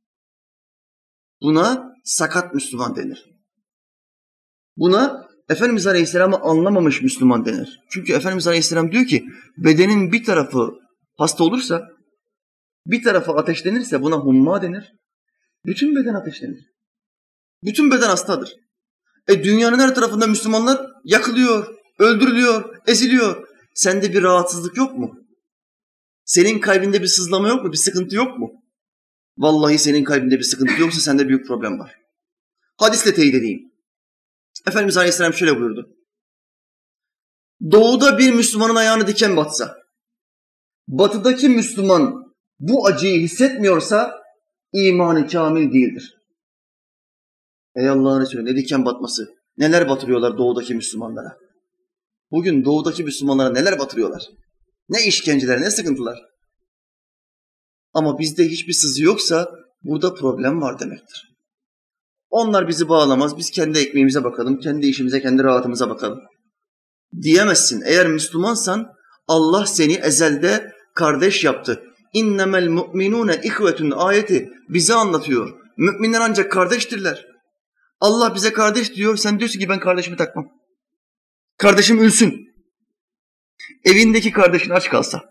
Buna sakat Müslüman denir. Buna Efendimiz Aleyhisselam'ı anlamamış Müslüman denir. Çünkü Efendimiz Aleyhisselam diyor ki bedenin bir tarafı hasta olursa, bir tarafı ateşlenirse buna humma denir. Bütün beden ateşlenir. Bütün beden hastadır. Dünyanın her tarafında Müslümanlar yakılıyor, öldürülüyor, eziliyor. Sende bir rahatsızlık yok mu? Senin kalbinde bir sızlama yok mu? Bir sıkıntı yok mu? Vallahi senin kalbinde bir sıkıntı yoksa sende büyük problem var. Hadisle teyit edeyim. Efendimiz Aleyhisselam şöyle buyurdu. Doğuda bir Müslümanın ayağını diken batsa, batıdaki Müslüman bu acıyı hissetmiyorsa imanı kamil değildir. Ey Allah'ın Resulü, ne diken batması, neler batırıyorlar doğudaki Müslümanlara. Bugün doğudaki Müslümanlara neler batırıyorlar. Ne işkenceler, ne sıkıntılar. Ama bizde hiçbir sızı yoksa burada problem var demektir. Onlar bizi bağlamaz, biz kendi ekmeğimize bakalım, kendi işimize, kendi rahatımıza bakalım. Diyemezsin. Eğer Müslümansan Allah seni ezelde kardeş yaptı. İnnemel mu'minûne ihvetun ayeti bize anlatıyor. Müminler ancak kardeştirler. Allah bize kardeş diyor, sen diyorsun ki ben kardeşimi takmam. Kardeşim ölsün. Evindeki kardeşin aç kalsa.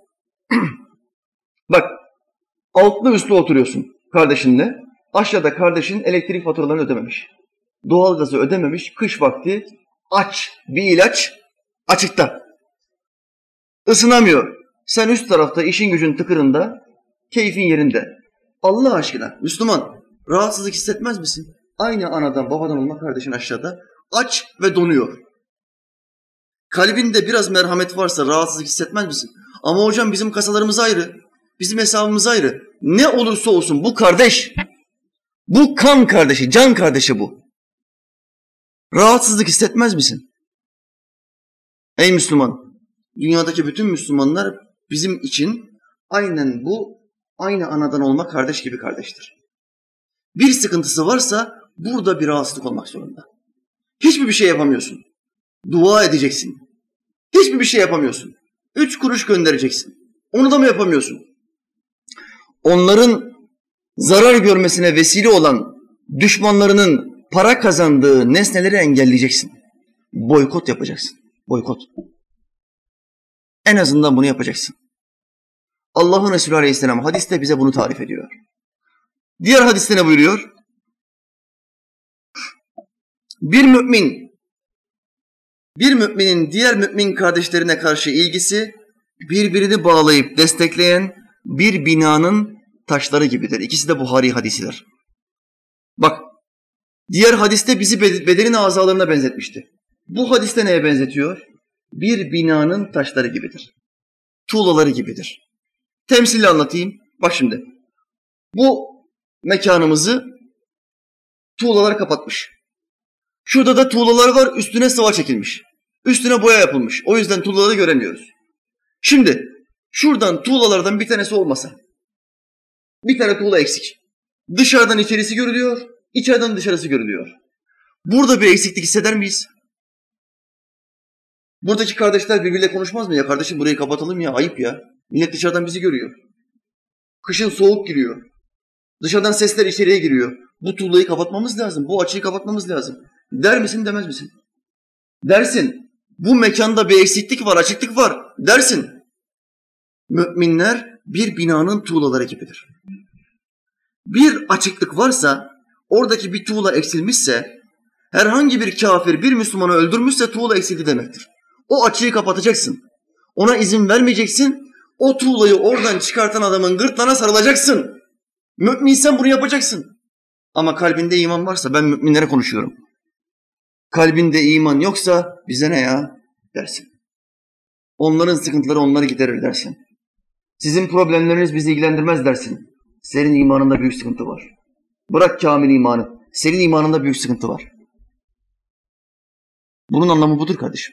Bak, altlı üstlü oturuyorsun kardeşinle. Aşağıda kardeşin elektrik faturalarını ödememiş. Doğalgazı ödememiş, kış vakti aç, bir ilaç açıkta. Isınamıyor. Sen üst tarafta işin gücün tıkırında, keyfin yerinde. Allah aşkına Müslüman rahatsızlık hissetmez misin? Aynı anadan babadan olma kardeşin aşağıda aç ve donuyor. Kalbinde biraz merhamet varsa rahatsızlık hissetmez misin? Ama hocam bizim kasalarımız ayrı, bizim hesabımız ayrı. Ne olursa olsun bu kardeş, bu kan kardeşi, can kardeşi bu. Rahatsızlık hissetmez misin? Ey Müslüman, dünyadaki bütün Müslümanlar bizim için aynen bu, aynı anadan olma kardeş gibi kardeştir. Bir sıkıntısı varsa burada bir rahatsızlık olmak zorunda. Hiçbir şey yapamıyorsun. Dua edeceksin. Hiçbir şey yapamıyorsun. 3 kuruş göndereceksin. Onu da mı yapamıyorsun? Onların zarar görmesine vesile olan düşmanlarının para kazandığı nesneleri engelleyeceksin. Boykot yapacaksın. Boykot. En azından bunu yapacaksın. Allah'ın Resulü Aleyhisselam hadiste bize bunu tarif ediyor. Diğer hadiste ne buyuruyor? Bir müminin diğer mümin kardeşlerine karşı ilgisi birbirini bağlayıp destekleyen bir binanın taşları gibidir. İkisi de Buhari hadisidir. Bak, diğer hadiste bizi bedenin azalarına benzetmişti. Bu hadiste neye benzetiyor? Bir binanın taşları gibidir. Tuğlaları gibidir. Temsille anlatayım. Bak şimdi. Bu mekanımızı tuğlalar kapatmış. Şurada da tuğlalar var, üstüne sıva çekilmiş. Üstüne boya yapılmış. O yüzden tuğlaları göremiyoruz. Şimdi şuradan tuğlalardan bir tanesi olmasa, bir tane tuğla eksik. Dışarıdan içerisi görülüyor, içeriden dışarısı görülüyor. Burada bir eksiklik hisseder miyiz? Buradaki kardeşler birbiriyle konuşmaz mı ya? Kardeşim burayı kapatalım ya, ayıp ya. Millet dışarıdan bizi görüyor. Kışın soğuk giriyor. Dışarıdan sesler içeriye giriyor. Bu tuğlayı kapatmamız lazım, bu açıyı kapatmamız lazım. Der misin, demez misin? Dersin. Bu mekanda bir eksiklik var, açıklık var. Dersin. Müminler bir binanın tuğlaları gibidir. Bir açıklık varsa, oradaki bir tuğla eksilmişse, herhangi bir kafir bir Müslümanı öldürmüşse tuğla eksildi demektir. O açığı kapatacaksın. Ona izin vermeyeceksin. O tuğlayı oradan çıkartan adamın gırtlağına sarılacaksın. Müminsen bunu yapacaksın. Ama kalbinde iman varsa, ben müminlere konuşuyorum. Kalbinde iman yoksa bize ne ya dersin. Onların sıkıntıları onları giderir dersin. Sizin problemleriniz bizi ilgilendirmez dersin. Senin imanında büyük sıkıntı var. Bırak kamil imanı. Senin imanında büyük sıkıntı var. Bunun anlamı budur kardeşim.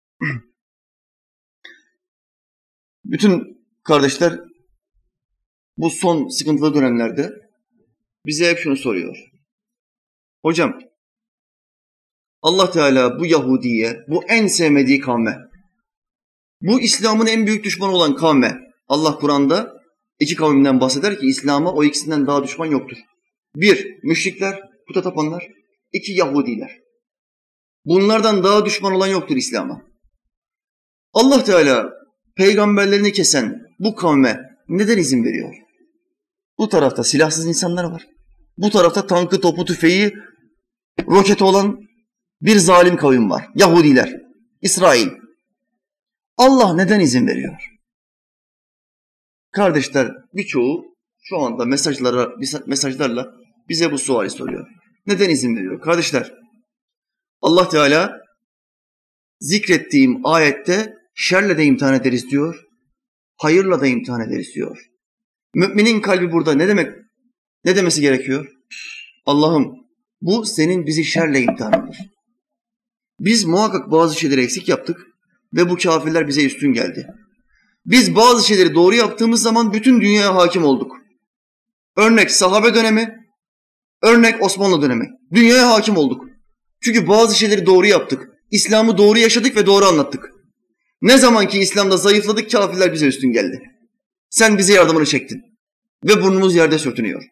Bütün kardeşler bu son sıkıntılı dönemlerde bize hep şunu soruyor. Hocam, Allah Teala bu Yahudiye, bu en sevmediği kavme, bu İslam'ın en büyük düşmanı olan kavme, Allah Kur'an'da iki kavimden bahseder ki İslam'a o ikisinden daha düşman yoktur. Bir, müşrikler, puta tapanlar. İki, Yahudiler. Bunlardan daha düşman olan yoktur İslam'a. Allah Teala peygamberlerini kesen bu kavme neden izin veriyor? Bu tarafta silahsız insanlar var. Bu tarafta tankı, topu, tüfeği, roketi olan bir zalim kavim var. Yahudiler, İsrail. Allah neden izin veriyor? Kardeşler, birçoğu şu anda mesajlarla bize bu suali soruyor. Neden izin veriyor? Kardeşler, Allah Teala zikrettiğim ayette şerle de imtihan ederiz diyor, hayırla da imtihan ederiz diyor. Müminin kalbi burada ne demesi gerekiyor? Allah'ım, bu senin bizi şerle imtihanındır. Biz muhakkak bazı şeyleri eksik yaptık ve bu kafirler bize üstün geldi. Biz bazı şeyleri doğru yaptığımız zaman bütün dünyaya hakim olduk. Örnek sahabe dönemi, örnek Osmanlı dönemi. Dünyaya hakim olduk. Çünkü bazı şeyleri doğru yaptık. İslam'ı doğru yaşadık ve doğru anlattık. Ne zaman ki İslam'da zayıfladık, kafirler bize üstün geldi. Sen bize yardımını çektin ve burnumuz yerde sürtünüyor.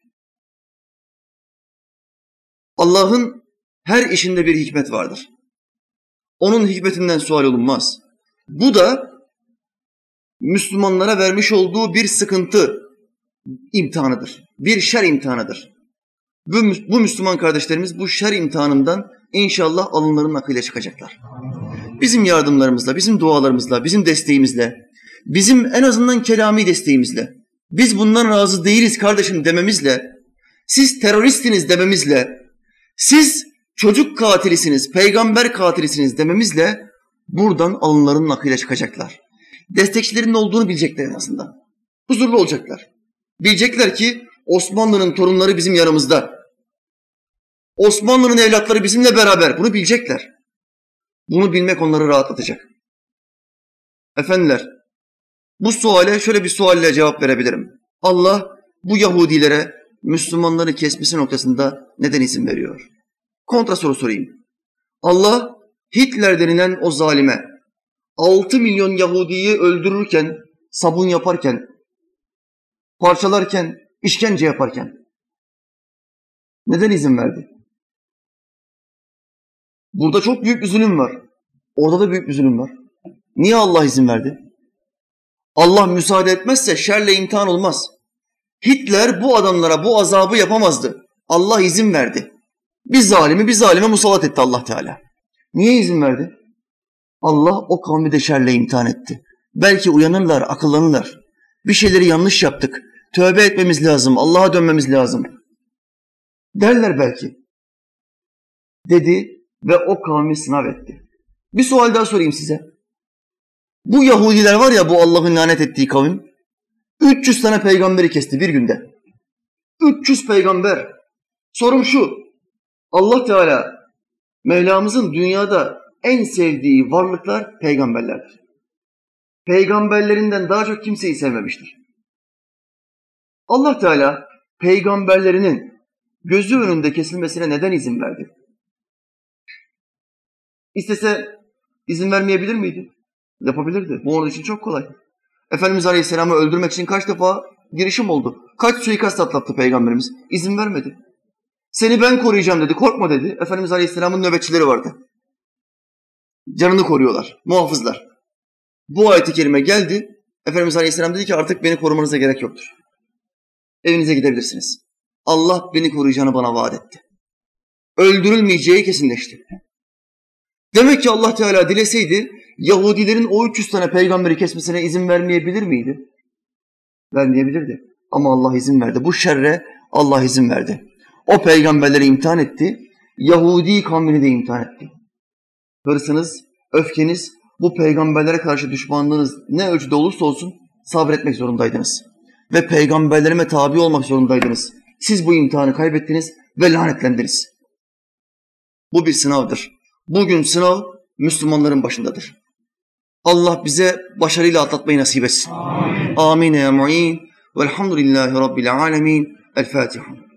Allah'ın her işinde bir hikmet vardır. Onun hikmetinden sual olunmaz. Bu da Müslümanlara vermiş olduğu bir sıkıntı imtihanıdır. Bir şer imtihanıdır. Bu Müslüman kardeşlerimiz bu şer imtihanından inşallah alınlarının akıyla çıkacaklar. Bizim yardımlarımızla, bizim dualarımızla, bizim desteğimizle, bizim en azından kelami desteğimizle, biz bundan razı değiliz kardeşim dememizle, siz teröristiniz dememizle, siz çocuk katilisiniz, peygamber katilisiniz dememizle buradan alınlarının akıyla çıkacaklar. Destekçilerinin olduğunu bilecekler en azından. Huzurlu olacaklar. Bilecekler ki Osmanlı'nın torunları bizim yanımızda. Osmanlı'nın evlatları bizimle beraber. Bunu bilecekler. Bunu bilmek onları rahatlatacak. Efendiler, bu suale şöyle bir sualle cevap verebilirim. Allah bu Yahudilere Müslümanları kesmesi noktasında neden izin veriyor? Kontra soru sorayım. Allah Hitler denilen o zalime 6 milyon Yahudiyi öldürürken, sabun yaparken, parçalarken, işkence yaparken neden izin verdi? Burada çok büyük bir zulüm var. Orada da büyük bir zulüm var. Niye Allah izin verdi? Allah müsaade etmezse şerle imtihan olmaz. Hitler bu adamlara bu azabı yapamazdı. Allah izin verdi. Bir zalimi bir zalime musallat etti Allah Teala. Niye izin verdi? Allah o kavmi de şerle imtihan etti. Belki uyanırlar, akıllanırlar. Bir şeyleri yanlış yaptık. Tövbe etmemiz lazım, Allah'a dönmemiz lazım. Derler belki. Dedi ve o kavmi sınav etti. Bir sual daha sorayım size. Bu Yahudiler var ya, bu Allah'ın lanet ettiği kavim, 300 tane peygamberi kesti bir günde. 300 peygamber. Sorum şu, Allah Teala Mevlamızın dünyada en sevdiği varlıklar peygamberlerdir. Peygamberlerinden daha çok kimseyi sevmemiştir. Allah Teala peygamberlerinin gözü önünde kesilmesine neden izin verdi? İstese izin vermeyebilir miydi? Yapabilirdi. Bu onun için çok kolay. Efendimiz Aleyhisselam'ı öldürmek için kaç defa girişim oldu? Kaç suikast atlattı Peygamberimiz? İzin vermedi. Seni ben koruyacağım dedi, korkma dedi. Efendimiz Aleyhisselam'ın nöbetçileri vardı. Canını koruyorlar, muhafızlar. Bu ayet-i kerime geldi. Efendimiz Aleyhisselam dedi ki artık beni korumanıza gerek yoktur. Evinize gidebilirsiniz. Allah beni koruyacağını bana vaat etti. Öldürülmeyeceği kesinleşti. Demek ki Allah Teala dileseydi Yahudilerin o 300 tane peygamberi kesmesine izin vermeyebilir miydi? Vermeyebilirdi. Ama Allah izin verdi. Bu şerre Allah izin verdi. O peygamberleri imtihan etti. Yahudi kavmini de imtihan etti. Hırsınız, öfkeniz, bu peygamberlere karşı düşmanlığınız ne ölçüde olursa olsun sabretmek zorundaydınız. Ve peygamberlerime tabi olmak zorundaydınız. Siz bu imtihanı kaybettiniz ve lanetlendiniz. Bu bir sınavdır. Bugün sınav Müslümanların başındadır. Allah bize başarıyla atlatmayı nasip etsin. Amin ya mu'in. Velhamdülillahi Rabbil alemin. El Fatiha.